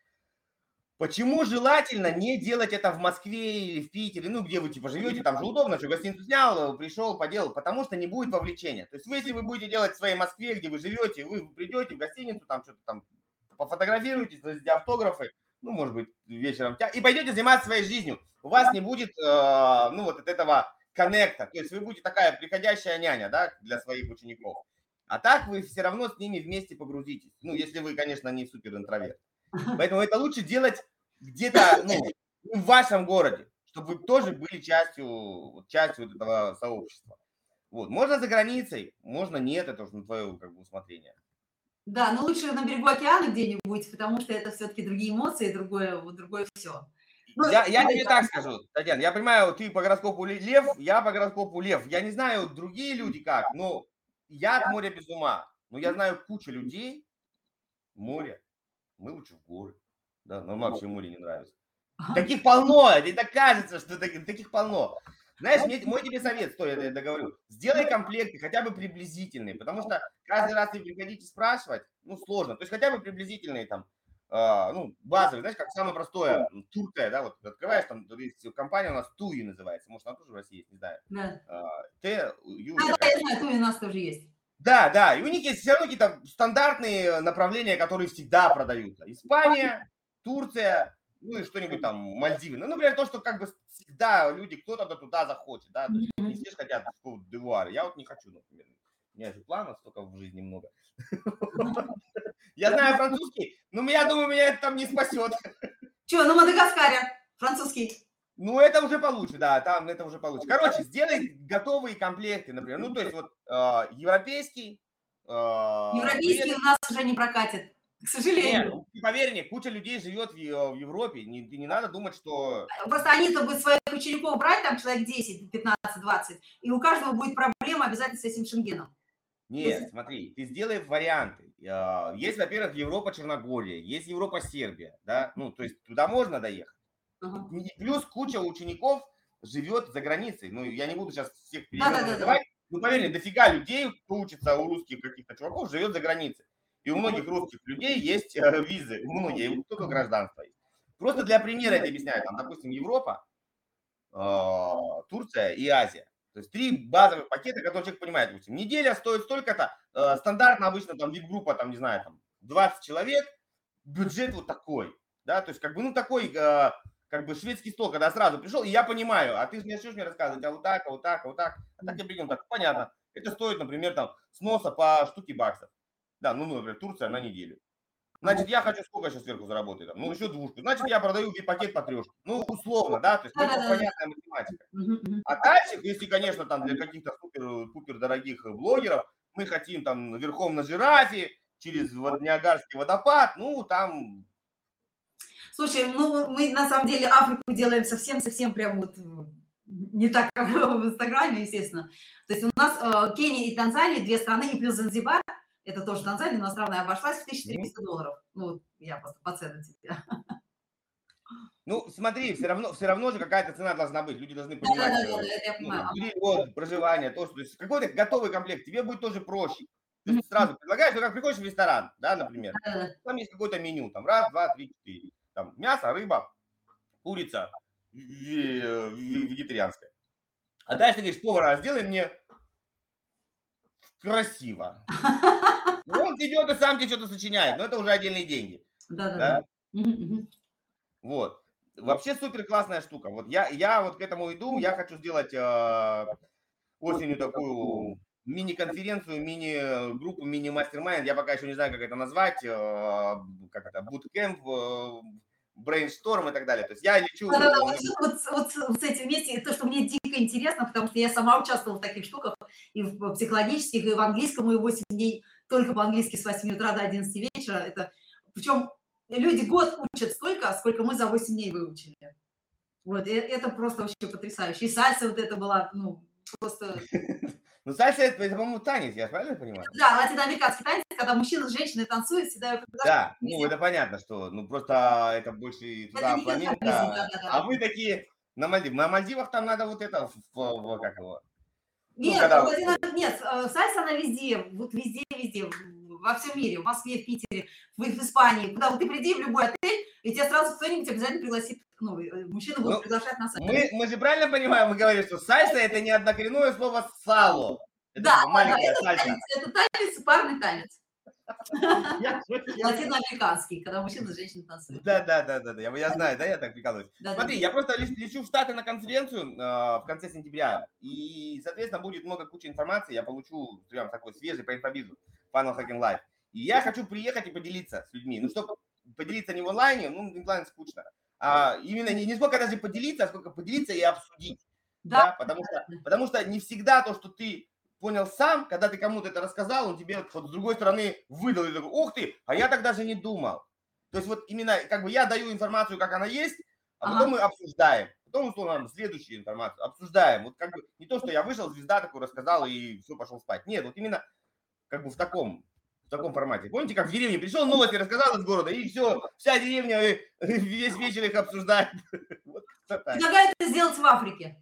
Почему желательно не делать это в Москве или в Питере, ну, где вы, типа, живете, там же удобно, что гостиницу снял, пришел, поделал, потому что не будет вовлечения. То есть вы, если вы будете делать в своей Москве, где вы живете, вы придете в гостиницу, там что-то там пофотографируетесь, дадите автографы, ну, может быть, вечером, и пойдете заниматься своей жизнью. У вас не будет, э, ну, вот от этого коннекта, то есть вы будете такая приходящая няня, да, для своих учеников. А так вы все равно с ними вместе погрузитесь, ну, если вы, конечно, не супер интроверт. Поэтому это лучше делать где-то, ну, в вашем городе, чтобы вы тоже были частью, частью вот этого сообщества. Вот. Можно за границей, можно нет, это уже на твое как бы усмотрение. Да, но лучше на берегу океана где-нибудь, потому что это все-таки другие эмоции, другое, другое все. Ну, я я тебе так скажу, Татьяна, я понимаю, ты по гороскопу лев, я по гороскопу лев. Я не знаю, другие люди как, но я от моря без ума. Но я знаю кучу людей, море. Мы лучше в горы. Да, но вообще море не нравится. Таких полно, это кажется, что таких, таких полно. Знаешь, мне, мой тебе совет, стой, я договорю. Сделай комплекты хотя бы приблизительные, потому что каждый раз вы приходите спрашивать, ну, сложно. То есть хотя бы приблизительные там, э, ну, базовые, знаешь, как самое простое, Турция, да, вот открываешь, там, компания у нас Туи называется, может, она тоже в России есть, не знаю. Да. Т, Ю. А, да, я знаю, Туи у нас тоже есть. Да, да, и у них есть все равно какие-то стандартные направления, которые всегда продаются. Испания, Турция, ну и что-нибудь там, Мальдивы. Ну, например, то, что как бы всегда люди, кто-то туда захочет, да, не все же хотят в Кот-д'Ивуар. Я вот не хочу, например. У меня же планов столько в жизни много. Я знаю французский, но я думаю, меня это там не спасет. Че, на Мадагаскаре французский? Ну, это уже получше, да, там это уже получше. Короче, сделай готовые комплекты, например. Ну, то есть вот э, европейский. Э, европейский у нас уже не прокатит, к сожалению. Нет, поверь мне, куча людей живет в, в Европе, не, не надо думать, что... Просто они-то будут своих учеников брать, там человек десять, пятнадцать, двадцать, и у каждого будет проблема обязательно с этим Шенгеном. Нет, смотри, ты сделай варианты. Есть, во-первых, Европа Черногория, есть Европа Сербия, да, ну, то есть туда можно доехать. Uh-huh. И плюс куча учеников живет за границей. Ну, я не буду сейчас всех переменов называть. Ну, поверь мне, дофига людей, кто учится у русских каких-то чуваков, живет за границей. И у многих русских людей есть э, визы, у многих, у кто-то гражданство есть. Просто для примера это объясняю. Там, допустим, Европа, э, Турция и Азия. То есть три базовых пакета, которые человек понимает. Допустим, неделя стоит столько-то, э, стандартно обычно там вип-группа, там, не знаю, там двадцать человек, бюджет вот такой. Да, то есть как бы, ну, такой... Э, как бы шведский стол, когда сразу пришел, и я понимаю, а ты же не начнешь мне рассказывать, а вот так, а вот так, а вот так, а так я придем, так, понятно, это стоит, например, там, сноса по штуке баксов, да, ну, например, Турция на неделю, значит, я хочу, сколько сейчас сверху заработаю, там, ну, еще двушку, значит, я продаю пакет по трешке, ну, условно, да, то есть, это понятная математика, а дальше, если, конечно, там, для каких-то супер-пупер дорогих блогеров, мы хотим, там, верхом на жирафе, через Ниагарский водопад, ну, там... Слушай, ну мы на самом деле Африку делаем совсем-совсем прям вот не так, как в Инстаграме, естественно. То есть у нас э, Кения и Танзания, две страны, и плюс Занзибар, это тоже Танзания, но страна обошлась в тысячу триста долларов. Ну, я просто по ценам тебе. Ну, смотри, все равно, все равно же какая-то цена должна быть. Люди должны понимать, Да, да, что да, да, это я ну, понимаю. там, Ага. перелет, проживание, то, что то есть какой-то готовый комплект, тебе будет тоже проще. То Мгм. есть сразу предлагаешь, ну, как приходишь в ресторан, да, например, Да, да, да. там есть какое-то меню, там раз, два, три, четыре. Там мясо, рыба, курица, ве- ве- вегетарианская. А дальше ты говоришь, повара, сделай мне красиво. И он идет и сам тебе что-то сочиняет, но это уже отдельные деньги, Да, да, да. да. Мгм, мгм. Вот. Вообще супер классная штука. Вот я, я вот к этому иду, я хочу сделать э, осенью такую мини-конференцию, мини-группу, мини-мастер-майнд. Я пока еще не знаю, как это назвать, э, как это, буткемп, э, брейншторм и так далее. То есть я лечу... Да, да, да, вот, вот, вот, с- вот с этим вместе, то, что мне дико интересно, потому что я сама участвовала в таких штуках, и в психологических, и в английском, и восемь дней только по-английски с восьми утра до одиннадцати вечера. Это, причем люди год учат столько, сколько мы за восемь дней выучили. Вот, и это просто вообще потрясающе. И сальса вот это была, ну, просто... Ну, сальса это, это, по-моему, танец, я правильно понимаю? Да, латиноамериканский танец, когда мужчина с женщиной танцуют, всегда я предлагаю, Да, ну это понятно, что ну просто это больше это туда не конформизм, фламенко, а да-да-да. вы такие на Мальдивах. На Мальдивах там надо вот это, в, в- в- как его, ну Нет, когда, латино... нет, э, сальса она везде, вот везде, везде, в- во всем мире, в Москве, в Питере, в, в Испании, куда вот ты приди в любой отель, и тебя сразу кто-нибудь обязательно пригласит, ну, э, мужчина будет ну приглашать на сальсу. мы, мы же правильно понимаем, мы говорим, что сальса это не однокоренное слово сало, это Да, типа да, да, маленькая это сальса. танец, это танец, парный танец, Я- я- латиноамериканский, когда мужчина с женщиной танцует. Да, да, да, да, да, я, я знаю, да, я так прикалываюсь. Да, да, Смотри, да. я просто ле- лечу в Штаты на конференцию э, в конце сентября, и, соответственно, будет много кучи информации, я получу прям такой свежий по инфобизу, Funnel Hacking Live. И я хочу приехать и поделиться с людьми. Ну, чтобы поделиться не в онлайне, ну, онлайн скучно, а именно не, не сколько даже поделиться, а сколько поделиться и обсудить. Да, Да, потому что, потому что не всегда то, что ты понял сам, когда ты кому-то это рассказал, он тебе вот с другой стороны выдал, и такой, ух ты, а я так даже не думал. То есть вот именно как бы я даю информацию, как она есть, а потом ага. мы обсуждаем. Потом, условно, следующую информацию обсуждаем. Вот как бы не то, что я вышел, звезда такой рассказал и все, пошел спать. Нет, вот именно как бы в таком, в таком формате. Помните, как в деревне пришел, новости рассказал из города, и все, вся деревня э, весь вечер их обсуждает. Вот как-то так. Предлагаю это сделать в Африке.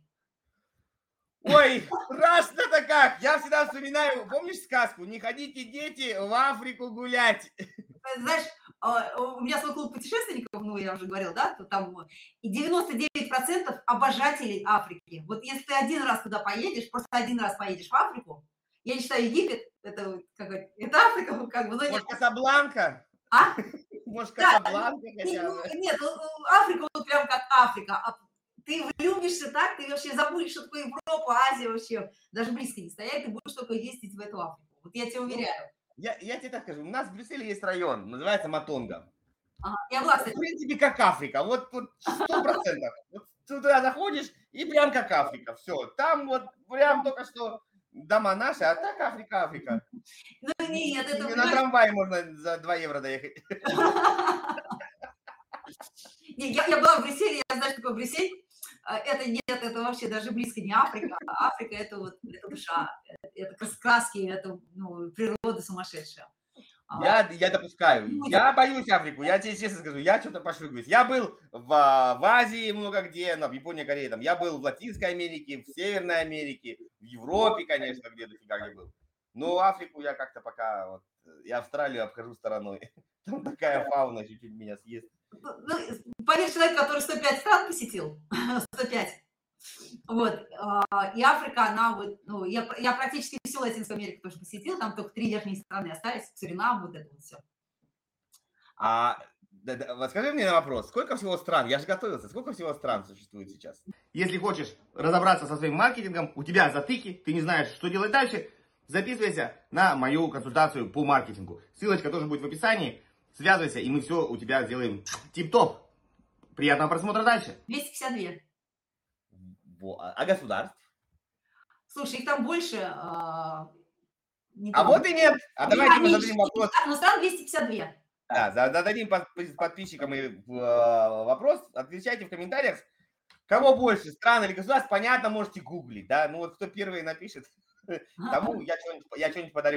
Ой, страшно-то как! Я всегда вспоминаю, помнишь сказку? Не ходите, дети, в Африку гулять. Знаешь, а, у меня свой клуб путешественников, ну, я уже говорила, да, то там вот, и девяносто девять процентов обожателей Африки. Вот если ты один раз туда поедешь, просто один раз поедешь в Африку, я не считаю Египет, это, как говорить, это Африка, как бы, но нет. Может, Касабланка? А? Может, Да, Касабланка не- хотя ну, бы? нет, ну, Африка вот прям как Африка. А ты влюбишься так, ты вообще забудешь, что такое Европа, Азия вообще, даже близко не стоять, ты будешь только ездить в эту Африку. Вот я тебе уверяю. Я, я тебе так скажу, у нас в Брюсселе есть район, называется Матонга. Ага, я была, В кстати. принципе, как Африка, вот вот сто процентов. Вот туда заходишь, и прям как Африка, все. Там вот прям только что дома наши, а так Африка, Африка. Ну нет, это, И на понимаешь, трамвае можно за два евро доехать. Не, я, я была в Брюсселе, я знаю, что такое Брюссель. А, Это нет, это вообще даже близко не Африка. А Африка это вот это душа, это, это крас- краски, это ну, природа сумасшедшая. А, Я, я допускаю. Я боюсь Африку, я тебе честно скажу, я что-то пошугаюсь. Я был в, в Азии много где, ну, в Японии, Корее, там, я был в Латинской Америке, в Северной Америке, в Европе, конечно, где дофига где был. Но Африку я как-то пока, вот, и Австралию обхожу стороной. Там такая фауна чуть-чуть меня съест. ну, поверь, человек, который сто пять стран посетил, сто пять. Вот, а, и Африка, она вот, ну, я, я практически всю Латинскую Америку тоже посетил, там только три верхние страны остались, Суринам, вот это вот все. А да, да, вот скажи мне на вопрос, сколько всего стран, я же готовился, сколько всего стран существует сейчас? Если хочешь разобраться со своим маркетингом, у тебя затыки, ты не знаешь, что делать дальше, записывайся на мою консультацию по маркетингу. Ссылочка тоже будет в описании. Связывайся, и мы все у тебя сделаем тип-топ. Приятного просмотра дальше. двести пятьдесят два. Во, А а государств? Слушай, их там больше. А, не А помню. вот и нет. А Их давайте мы меньше, зададим вопрос. но стран двести пятьдесят два. Да, за- зададим под- подписчикам и э, вопрос. Отвечайте в комментариях. Кого больше, стран или государств, понятно, можете гуглить, да. Ну вот кто первый напишет, тому я что-нибудь я что-нибудь подарю.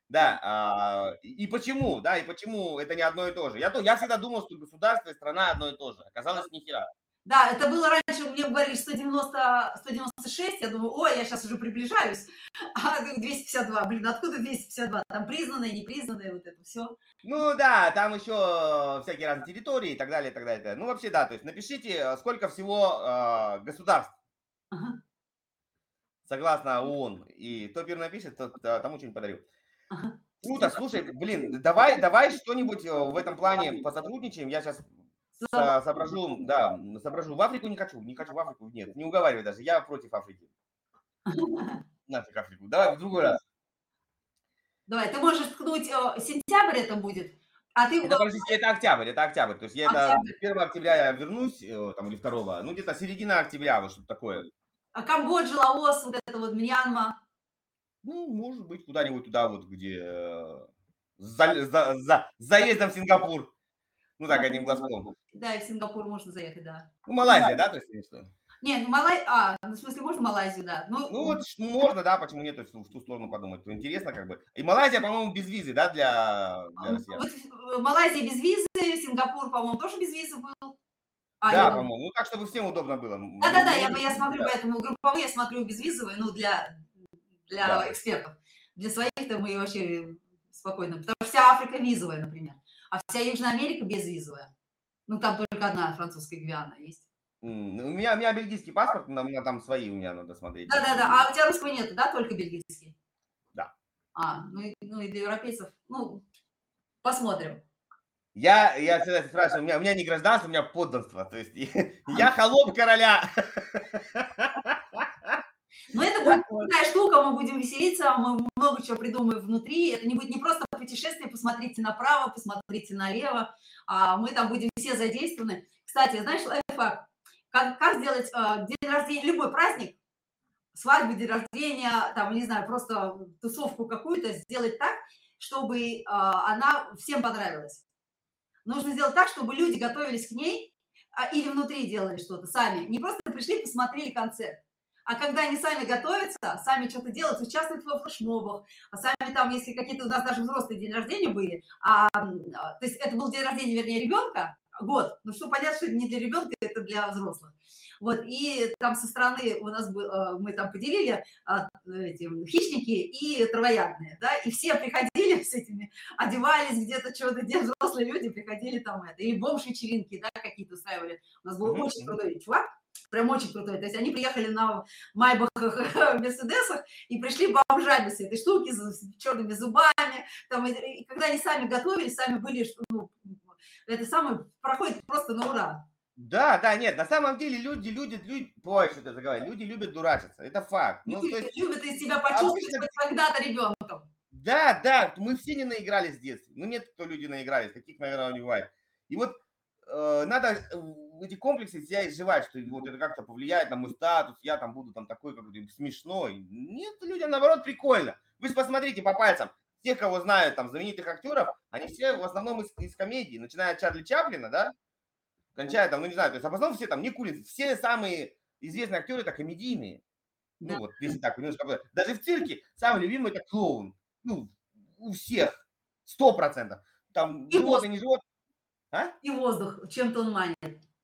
Да, а, и почему, да, и почему это не одно и то же. Я, то, я всегда думал, что государство и страна одно и то же. Оказалось, ни хера. Да, это было раньше, мне говорили сто девяносто, сто девяносто шесть, я думаю, ой, я сейчас уже приближаюсь, а двести пятьдесят два, блин, откуда двести пятьдесят два? Там признанные, непризнанные, вот это все. Ну да, там еще всякие разные территории и так далее, и так далее. Ну вообще да, то есть напишите, сколько всего э, государств, Ага, согласно ООН, и кто первый напишет, тот а, тому что-нибудь подарю. ага. Круто, слушай, блин, давай, давай что-нибудь э, в этом плане посотрудничаем. Я сейчас со- соображу, да, соображу. В Африку не хочу, не хочу в Африку, нет, не уговаривай даже, я против Африки. Нафиг Африку, давай в другой раз. Давай, ты можешь ткнуть, э, сентябрь это будет, а ты... Это, подожди, это октябрь, это октябрь. То есть я это Октябрь. первого октября я вернусь, э, там, или второго, ну где-то середина октября, вот что-то такое. А Камбоджа, Лаос, вот это вот Мьянма. Ну, может быть, куда-нибудь туда вот, где э, за, за, за, с заездом в Сингапур. Ну так, одним глазком. Да, и в Сингапур можно заехать, да. Ну, Малайзия, да, то есть, конечно. Не, ну Малай... А, ну, в смысле, можно Малайзию, да. Ну, Ну вот ш- можно, да, почему нет, то есть, в ту сторону подумать. То интересно как бы. И Малайзия, по-моему, без визы, да, для, для россиян. вот в Малайзии без визы, Сингапур, по-моему, тоже без визы был. А, Да, я- по-моему. Ну так, чтобы всем удобно было. Да-да-да, Ну, я, ну, я смотрю, да. поэтому групповые я смотрю безвизовые, ну, для, для Да. экспертов. Для своих-то мы вообще спокойно. Потому что вся Африка визовая, например. А вся Южная Америка безвизовая. Ну, там только одна французская Гвиана есть. М, ну, У меня, у меня бельгийский паспорт, но у меня там свои, у меня надо смотреть. Да-да-да, а у тебя русского нет, да, только бельгийский? Да. А, ну и, ну и для европейцев, ну, посмотрим. Я, я всегда спрашиваю, у меня, у меня не гражданство, у меня подданство. То есть я холоп короля. Но это будет крутая штука, мы будем веселиться, мы много чего придумаем внутри. Это не будет не просто путешествие, посмотрите направо, посмотрите налево, а мы там будем все задействованы. Кстати, знаешь, лайфхак, как, как сделать э, день рождения, любой праздник, свадьбу, день рождения, там, не знаю, просто тусовку какую-то сделать так, чтобы э, она всем понравилась. Нужно сделать так, чтобы люди готовились к ней а, или внутри делали что-то сами. Не просто пришли, посмотрели концерт. А когда они сами готовятся, сами что-то делают, участвуют во флешмобах, а сами там, если какие-то у нас даже взрослые день рождения были, а, то есть это был день рождения, вернее, ребенка, год, ну что понятно, что это не для ребенка, это для взрослых. Вот, и там со стороны у нас был, мы там поделили эти хищники и травоядные, да, и все приходили с этими, одевались где-то, что-то, где взрослые люди приходили там это, или бомж-вечеринки, да, какие-то устраивали. У нас был очень крутой чувак, прям очень крутой. То есть они приехали на майбахах, мерседесах и пришли бомжами с этой штуки, с черными зубами. Там, и когда они сами готовили, сами были, ну, это самое, проходит просто на ура. Да, да, нет, на самом деле люди, люди, люди, ой, что ты заговорил, люди любят дурачиться, это факт. Ну, Люди то есть, любят из себя почувствовать обычно... хоть когда-то ребенком. Да, да, мы все не наигрались в детстве. Ну, нет, кто люди наигрались, таких, наверное, не бывает. И вот э, надо эти комплексы себя изживать, что вот это как-то повлияет на мой статус, я там буду там такой какой-то смешной. Нет, людям, наоборот, прикольно. Вы посмотрите по пальцам, тех, кого знают, там, знаменитых актеров, они все в основном из, из комедии, начиная от Чарли Чаплина, да, кончая там, ну, не знаю, то есть, в основном все там, Никулин, все самые известные актеры это комедийные. Ну, Да. вот, если так, немножко. Даже в цирке самый любимый это клоун. Ну, у всех. Сто процентов. Там И животное, не животное. А? И воздух, чем-то он манит.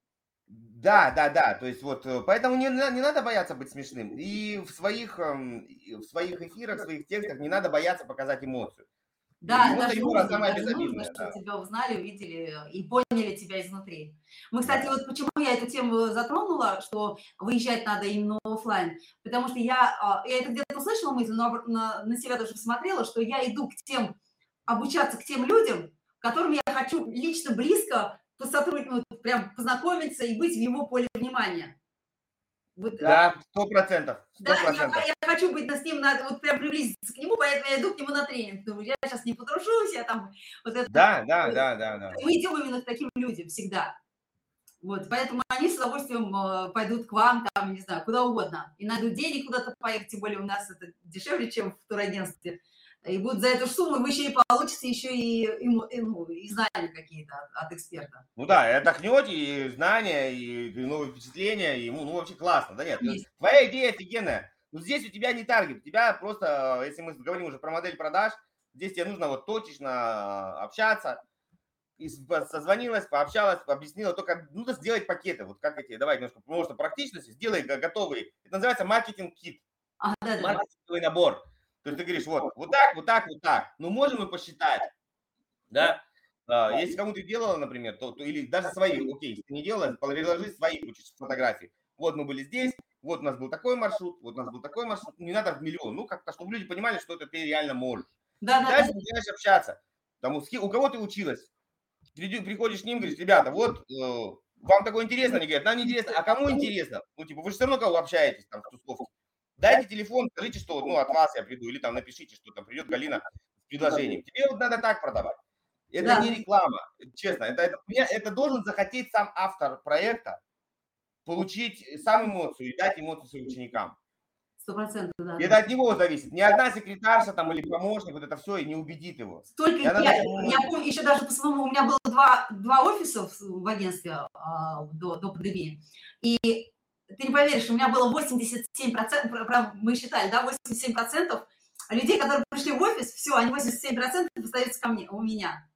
Да, да, да. То есть вот, поэтому не, не надо бояться быть смешным. И в своих, в своих эфирах, в своих текстах не надо бояться показать эмоцию. Да, Эмоция даже юмора нужно, самая даже безобидная. нужно, чтобы Да. тебя узнали, увидели и поняли тебя изнутри. Мы, кстати, Да. вот почему я эту тему затронула, что выезжать надо именно офлайн, потому что я, я это где-то услышала мысль, но на, на себя тоже посмотрела, что я иду к тем, обучаться к тем людям, которым я хочу лично близко посотрудничать, ну, прям познакомиться и быть в его поле внимания. Вот, Да, сто процентов. да, я, я хочу быть с ним, надо вот прям приблизиться к нему, поэтому я иду к нему на тренинг. Думаю, я сейчас не подружусь, я там... Вот это, да, да, да, да, да. Мы идем именно к таким людям всегда. Вот, поэтому они с удовольствием э, пойдут к вам, там, не знаю, куда угодно. И найдут денег куда-то поехать, тем более у нас это дешевле, чем в турагентстве. И будут за эту сумму вы еще и получите еще и, и, и, ну, и знания какие-то от, от эксперта. Ну да, и отдохнете, и знания, и, и новые впечатления, и ему, ну, вообще классно, да нет? Есть. Твоя идея офигенная. Но здесь у тебя не таргет, у тебя просто, если мы говорим уже про модель продаж, Здесь тебе нужно вот точечно общаться. И созвонилась, пообщалась, объяснила, только нужно сделать пакеты. Вот как эти, давай немножко, потому что практичности, сделай готовый. Это называется маркетинг-кит. А, да, да, маркетинговый набор. То есть ты говоришь, вот, вот так, вот так, вот так. Ну, можем мы посчитать, да? А, если кому-то делала, например, то, то или даже свои, окей, если ты не делала, предложи свои фотографии. Вот мы были здесь, вот у нас был такой маршрут, вот у нас был такой маршрут. Не надо в миллион, ну, как-то, чтобы люди понимали, что это ты реально можешь. Да, да, дальше да. начинаешь общаться. Там, у кого ты училась? Приходишь к ним, говоришь, ребята, вот э, вам такое интересно? Они говорят, нам не интересно. А кому интересно? Ну, типа, вы же все равно кого общаетесь там в тусовке. Дайте телефон, скажите, что ну, от вас я приду, или там напишите, что там придет Галина с предложением. Тебе вот надо так продавать. Это да. не реклама, честно. Это, это, это должен захотеть сам автор проекта, получить сам эмоцию и дать эмоцию своим ученикам. Сто процентов, да. И это от него зависит. Ни одна секретарша там или помощник, вот это все и не убедит его. Столько, я, я, я помню, еще даже по-своему, у меня было два, два офиса в агентстве а, до, до пандемии. И ты не поверишь, у меня было восемьдесят семь процентов, мы считали, да, восемьдесят семь процентов людей, которые пришли в офис, все, они восемьдесят семь процентов остаются ко мне, у меня.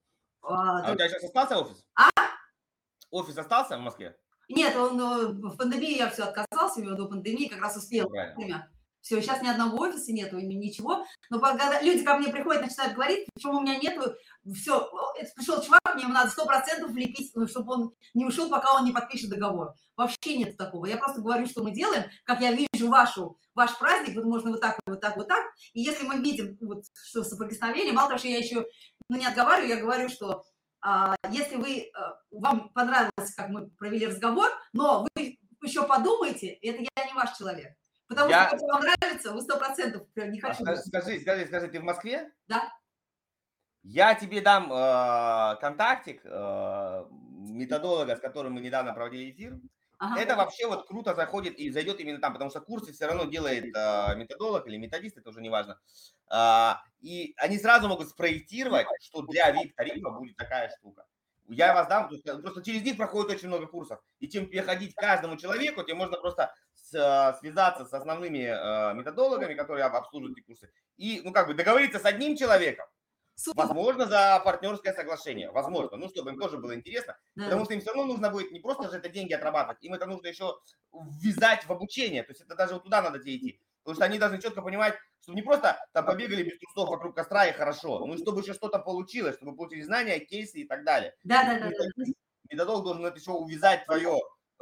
А, а у тебя сейчас остался офис? А? Офис остался в Москве? Нет, он в пандемии я все отказался, до пандемии как раз успел. Все, сейчас ни одного офиса нету, ничего. Но когда люди ко мне приходят, начинают говорить, почему у меня нету, все, пришел чувак, мне ему надо сто процентов влепить, чтобы он не ушел, пока он не подпишет договор. Вообще нет такого. Я просто говорю, что мы делаем, как я вижу вашу, ваш праздник, вот можно вот так, вот так, вот так. И если мы видим, вот, что соприкосновение, мало того, что я еще ну, не отговариваю, я говорю, что а, если вы, вам понравилось, как мы провели разговор, но вы еще подумайте, это я не ваш человек. Потому я... что, если вам нравится, вы сто процентов не хочу. А скажи, скажи, скажи, ты в Москве? Да. Я тебе дам э, контактик э, методолога, с которым мы недавно проводили эфир. Ага. Это вообще вот круто заходит и зайдет именно там, потому что курсы все равно делает э, методолог или методист, это уже не важно. Э, и они сразу могут спроектировать, что для ви ай пи-тарифа будет такая штука. Я вас дам, просто через них проходит очень много курсов. И чем переходить каждому человеку, тем можно просто с, связаться с основными э, методологами, которые обслуживают эти курсы. И, ну, как бы договориться с одним человеком. Супер. Возможно, за партнерское соглашение. Возможно. Ну, чтобы им тоже было интересно. Да. Потому что им все равно нужно будет не просто же это деньги отрабатывать, им это нужно еще ввязать в обучение. То есть это даже вот туда надо тебе идти. Потому что они должны четко понимать, чтобы не просто там побегали без трусов вокруг костра и хорошо, ну и чтобы еще что-то получилось, чтобы получили знания, кейсы и так далее. Да, да, да. да. Методолог должен это еще увязать твое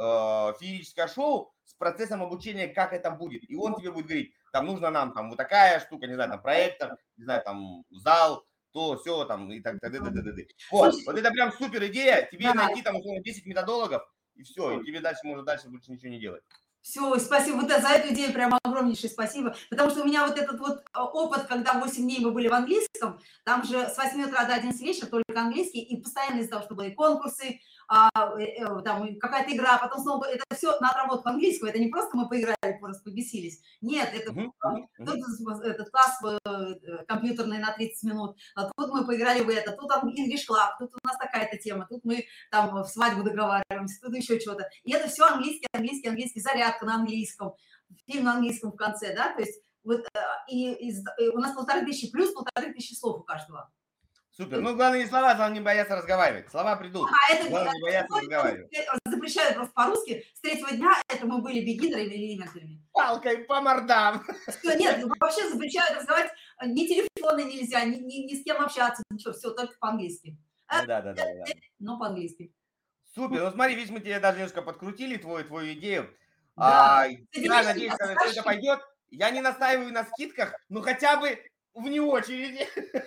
э, феерическое шоу с процессом обучения, как это будет. И он тебе будет говорить, там нужно нам там вот такая штука, не знаю, там проектор, не знаю, там зал, то, все, там, и так далее. Вот, вот это прям супер идея. Тебе да. найти там, условно, десять методологов, и все, и тебе дальше можно дальше больше ничего не делать. Все, спасибо. Вот за эту идею прям огромнейшее спасибо. Потому что у меня вот этот вот опыт, когда восемь дней мы были в английском, там же с восьми утра до одиннадцати вечера только английский, и постоянно из-за того, что были конкурсы, а, там какая-то игра, потом снова это все на отработку английского. Это не просто мы поиграли, просто побесились. Нет, это uh-huh, uh-huh. Тут этот класс компьютерный на тридцать минут, а тут мы поиграли в это, тут там English Club, тут у нас такая-то тема, тут мы там в свадьбу договариваемся, тут еще что-то. И это все английский, английский, английский, зарядка на английском, фильм на английском в конце, да, то есть вот и, и, и у нас полторы тысячи плюс полторы тысячи слов у каждого. Супер. Ну, главное не слова, главное не бояться разговаривать. Слова придут. А это главное не бояться разговаривать. Запрещают просто по-русски. С третьего дня это мы были бигинерами или элементами. Палкой по мордам. Все, нет, ну, вообще запрещают разговаривать. Ни телефоны нельзя, ни, ни, ни с кем общаться, ничего. Все, только по-английски. Ну, да, да, да, да. Но по-английски. Супер. Ну, смотри, видишь, мы тебе даже немножко подкрутили твою, твою идею. Да. А, я надеюсь, что это пойдет. Я не настаиваю на скидках, но хотя бы вне очереди.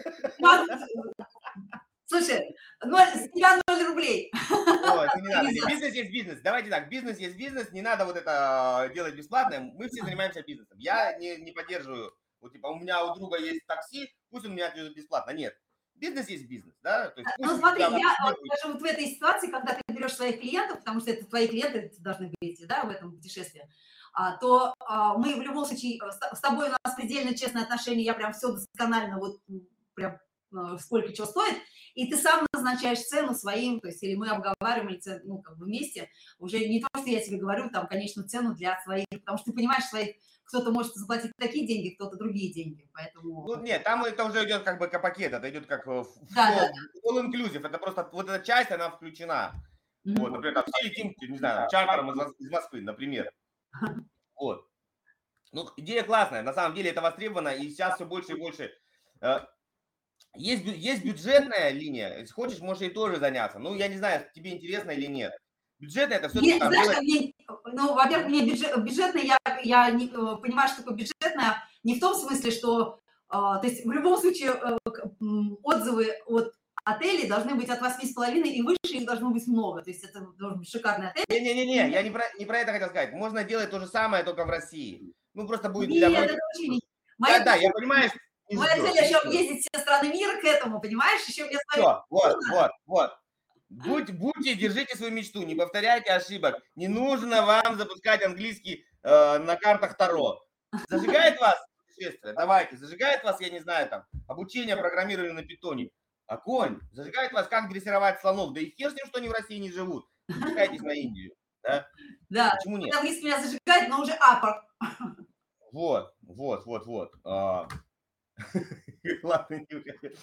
Слушай, ноль, с тебя ноль рублей. Ой, не надо. Бизнес есть бизнес. Давайте так, бизнес есть бизнес, не надо вот это делать бесплатно. Мы все занимаемся бизнесом. Я не, не поддерживаю, вот типа у меня у друга есть такси, пусть он меня отвезет бесплатно. Нет. Бизнес есть бизнес, да? То есть, ну смотри, я вот, даже вот в этой ситуации, когда ты берешь своих клиентов, потому что это твои клиенты должны быть, да, в этом путешествии, а, то а, мы в любом случае, с, с тобой у нас предельно честные отношения, я прям все досконально, вот прям сколько чего стоит, и ты сам назначаешь цену своим, то есть или мы обговариваем, или цену, ну, как бы вместе, уже не то, что я тебе говорю, там, конечную цену для своих, потому что ты понимаешь своих кто-то может заплатить такие деньги, кто-то другие деньги, поэтому... Ну, нет, там это уже идет как бы пакет, это идет как в Да, да, all inclusive, это просто вот эта часть, она включена. Мгм. Вот, например, там все летим, не знаю, чартером из, Мос- из Москвы, например. Вот. Ну, идея классная, на самом деле это востребовано, и сейчас все больше и больше. э, Есть, бю- есть бюджетная линия, если хочешь, можешь ей тоже заняться. Ну, я не знаю, тебе интересно или нет. Бюджетная это все-таки Мне, там знаешь, делать... как мне, ну, во-первых, мне бюджет, бюджетная, я, я не, э, понимаю, что такое бюджетная, не в том смысле, что, э, то есть в любом случае э, к- м, отзывы от отелей должны быть от восьми с половиной и выше, их должно быть много, то есть это должен быть шикарный отель. Не-не-не, я не про, не про это хотел сказать. Можно делать то же самое, только в России. Ну, просто будет для Нет, многих... это вообще не... Моя, Да, да, я понимаю, что не моя ждешь, цель не еще ждешь. объездить все страны мира к этому, понимаешь? Еще мне смотреть. Все, вот, вот, вот. Будь, будьте, держите свою мечту, не повторяйте ошибок. Не нужно вам запускать английский э, на картах Таро. Зажигает вас путешествие? Давайте. Зажигает вас, я не знаю, там, обучение программированию на питоне. Огонь. Зажигает вас, как дрессировать слонов. Да и хер с ним, что они в России не живут. Пускайтесь на Индию. Да? Да, Почему нет? английский меня зажигает, но уже апор. Вот, вот, вот, вот. А, ладно, не уходи.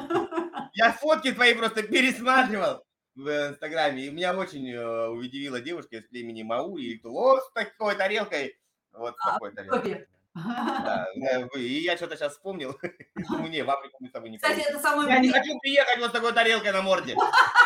Я фотки твои просто пересматривал в Инстаграме, и меня очень э, удивила девушка из племени Маури, и кто, вот с такой тарелкой, вот с такой тарелкой. Копия. Да, да, вы- и я что-то сейчас вспомнил, и думаю, не, в Африку мы с тобой не Кстати, поедем. это самое... Я не хочу приехать вот с такой тарелкой на морде.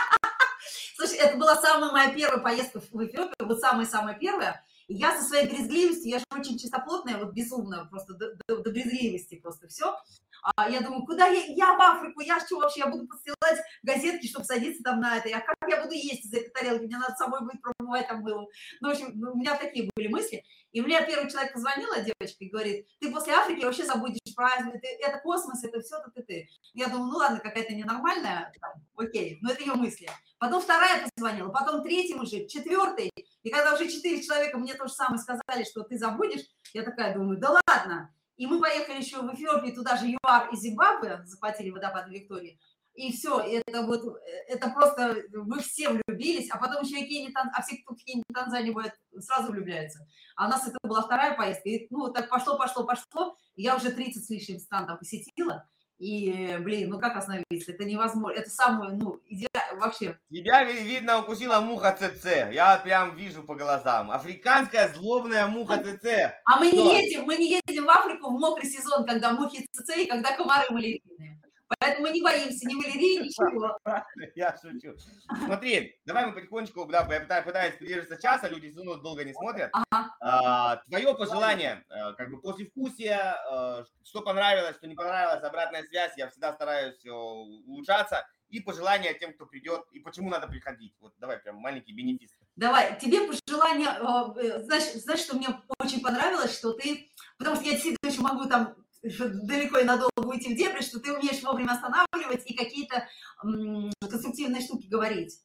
Слушай, это была самая моя первая поездка в Эфиопию, вот самая-самая первая. И я со своей брезгливостью, я же очень чистоплотная, вот безумно, просто до, до, до брезгливости просто все. А я думаю, куда я, я в Африку, я что вообще, я буду подстилать газетки, чтобы садиться там на это, я как я буду есть из этой тарелки, мне надо с собой будет промывать там было. Ну, в общем, у меня такие были мысли. И мне первый человек позвонила, девочка, и говорит, ты после Африки вообще забудешь праздник, это космос, это все, ты, ты, ты. Я думаю, ну ладно, какая-то ненормальная, там, окей, но это ее мысли. Потом вторая позвонила, потом третий мужик, четвертый. И когда уже четыре человека мне то же самое сказали, что ты забудешь, я такая думаю, да ладно. И мы поехали еще в Эфиопию, туда же ЮАР и Зимбабве, захватили водопад Виктории. И все, это вот, это просто, мы все влюбились, а потом еще и Кения, а все, кто в Кении, Танзании бывает, сразу влюбляются. А у нас это была вторая поездка, и, ну, вот так пошло, пошло, пошло, и я уже тридцать с лишним стран там посетила, и, блин, ну как остановиться, это невозможно, это самое, ну, идеально, вообще. Тебя, ви- видно, укусила муха ЦЦ, я прям вижу по глазам. Африканская злобная муха ЦЦ. А мы не Всё. едем, мы не едем в Африку в мокрый сезон, когда мухи ЦЦ и когда комары малярийные. Поэтому мы не боимся ни малярии, ничего. Я шучу. Смотри, давай мы потихонечку, да, я пытаюсь, пытаюсь придерживаться часа, люди все равно долго не смотрят. Ага. А, твое пожелание, а, как бы послевкусие, а, что понравилось, что не понравилось, обратная связь, я всегда стараюсь э, улучшаться. И пожелание тем, кто придет, и почему надо приходить. Вот давай прям маленький бенефис. Давай, тебе пожелание, э, знаешь, знаешь, что мне очень понравилось, что ты, потому что я действительно еще могу там далеко и надолго уйти в дебри, что ты умеешь вовремя останавливать и какие-то м, конструктивные штуки говорить.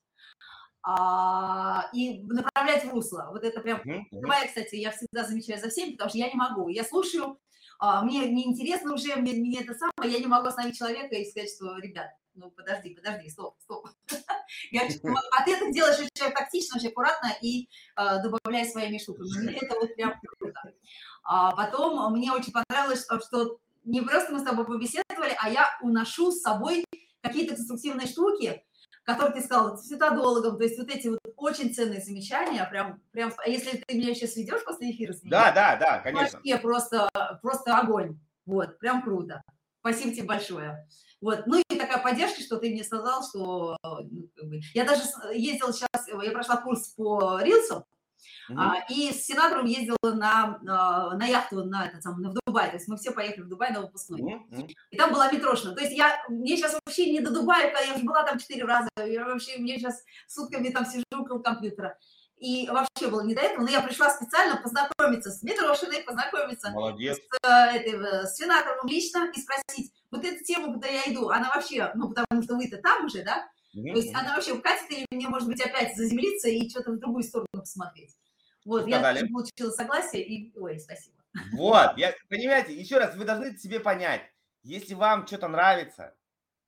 А, и направлять в русло. Вот это прям, Мгм, мгм. давай, кстати, я всегда замечаю за всеми, потому что я не могу. Я слушаю, а, мне неинтересно уже, мне, мне это самое, я не могу остановить человека и сказать, что, ребят, ну подожди, подожди, стоп, стоп. Я, а ты это делаешь очень тактично, очень аккуратно и э, добавляя своими штуками. Мне это вот прям круто. А потом мне очень понравилось, что не просто мы с тобой побеседовали, а я уношу с собой какие-то конструктивные штуки, которые ты сказал цветодологом, то есть вот эти вот очень ценные замечания, прям, прям, а если ты меня сейчас ведешь после эфира с ними, Да, да, да, конечно. вообще просто, просто огонь. Вот, прям круто. Спасибо тебе большое. Вот, ну и такая поддержка, что ты мне сказал, что ну, как бы, я даже ездила сейчас, я прошла курс по рилсам, Мгм. а, и с сенатором ездила на, на, на яхту на, этот самый, на, в Дубай, то есть мы все поехали в Дубай на выпускной. Мгм, мгм. И там была метрошина. То есть я, мне сейчас вообще не до Дубая, я уже была там четыре раза, я вообще, мне сейчас сутками там сижу около компьютера. И вообще было не до этого, но я пришла специально познакомиться с метрошиной, познакомиться Молодец. с, э, этой, с сенатором лично и спросить, вот эту тему, куда я иду, она вообще, ну, потому что вы-то там уже, да? Мгм, То есть мгм. она вообще вкатит или мне, может быть, опять заземлиться и что-то в другую сторону посмотреть. Вот, Что я сказали? тоже получила согласие и, ой, спасибо. Вот, я, понимаете, еще раз, вы должны себе понять, если вам что-то нравится,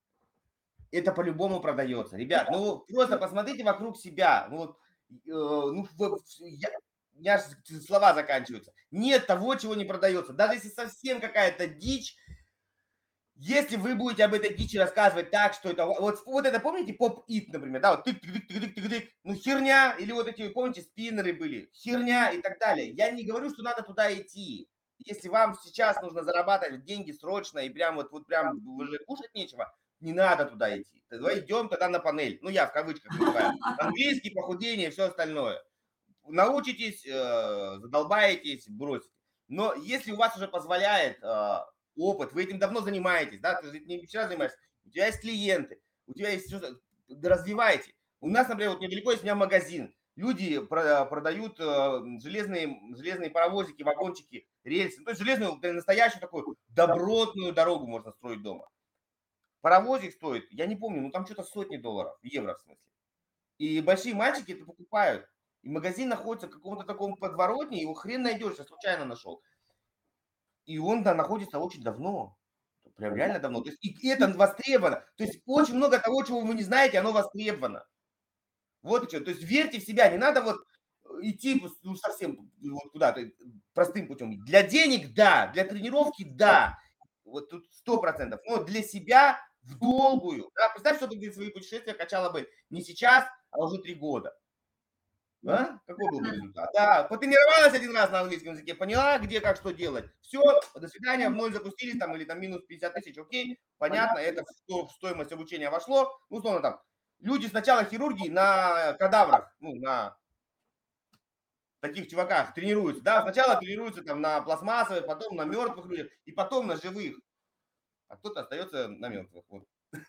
это по-любому продается. Ребят, ну просто посмотрите вокруг себя. Ну, вот, э, ну, в- я- у меня слова заканчиваются. Нет того, чего не продается. Даже если совсем какая-то дичь, если вы будете об этой дичи рассказывать так, что это... Вот, вот это, помните, поп-ит, например, да, вот тык-тык-тык-тык-тык-тык, ну херня, или вот эти, помните, спиннеры были, херня и так далее. Я не говорю, что надо туда идти. Если вам сейчас нужно зарабатывать деньги срочно и прям вот, вот прям уже кушать нечего, не надо туда идти. Тогда идем тогда на панель. Ну, я в кавычках называю. Английский, похудение и все остальное. Научитесь, э, задолбаетесь, бросите. Но если у вас уже позволяет э, опыт, вы этим давно занимаетесь, да, ты же не вчера занимаешься, у тебя есть клиенты, у тебя есть все, развивайте. У нас, например, вот недалеко есть у меня магазин. Люди продают э, железные, железные паровозики, вагончики, рельсы. То есть железную, настоящую такую добротную дорогу можно строить дома. Паровозик стоит, я не помню, ну там что-то сотни долларов, евро в смысле. И большие мальчики это покупают. И магазин находится в каком-то таком подворотне, его хрен найдешь, я случайно нашел. И он да, находится очень давно. Прям реально давно. То есть, и это востребовано. То есть очень много того, чего вы не знаете, оно востребовано. Вот и что. То есть верьте в себя. Не надо вот идти ну, совсем вот куда-то простым путем. Для денег – да. Для тренировки – да. Вот тут сто процентов. Но для себя в долгую. Да? Представь, что ты свои путешествия качала бы не сейчас, а уже три года. А? Какой был бы результат? Да, потренировалась один раз на английском языке, поняла, где, как, что делать. Все, до свидания, в ноль запустились там или там минус пятьдесят тысяч, окей, понятно, это в стоимость обучения вошло. Ну, условно там, люди сначала хирурги на кадаврах, ну, на таких чуваках тренируются, да, сначала тренируются там на пластмассовых, потом на мертвых людях и потом на живых. А кто-то остается на мертвых. Вот.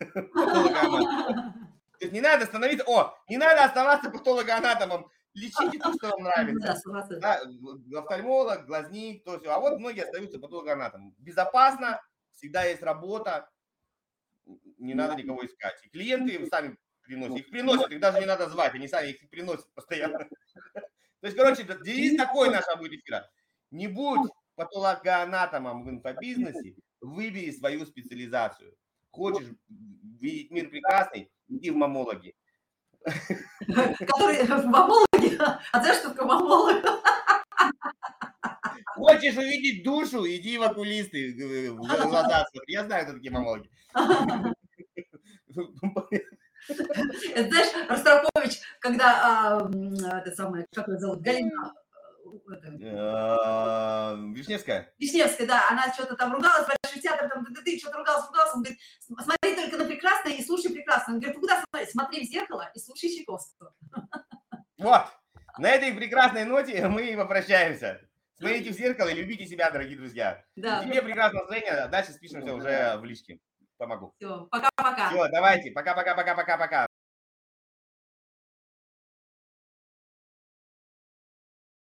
То есть не надо становиться, о, не надо оставаться патологоанатомом. Лечите то, что вам нравится. Да, офтальмолог, глазник, то все. А вот многие остаются патологоанатомом. Безопасно, всегда есть работа, не надо никого искать. И клиенты им сами приносят. Их приносят, их даже не надо звать, они сами их приносят постоянно. То есть, короче, девиз такой наш будет эфира. Не будь патологоанатомом в инфобизнесе, выбери свою специализацию. Хочешь видеть мир прекрасный, иди в мамологи. Который в мамологи? А знаешь, что такое мамолог? Хочешь увидеть душу, иди в окулисты, в глаза. Я знаю, кто такие мамологи. Знаешь, Ростропович, когда, это самое, как ее зовут, Галина... Вишневская. Вишневская, да, она что-то там ругалась, Большой театр, там, ты, ты, что-то ругалась, ругалась, он говорит, смотри только на прекрасное и слушай прекрасно. Он говорит, ну куда смотреть? Смотри в зеркало и слушай Чайковского. Вот, на этой прекрасной ноте мы попрощаемся. Смотрите в зеркало и любите себя, дорогие друзья. Да. Тебе прекрасного настроения, дальше спишемся уже в личке. Помогу. Все, пока-пока. Все, давайте, пока-пока-пока-пока-пока.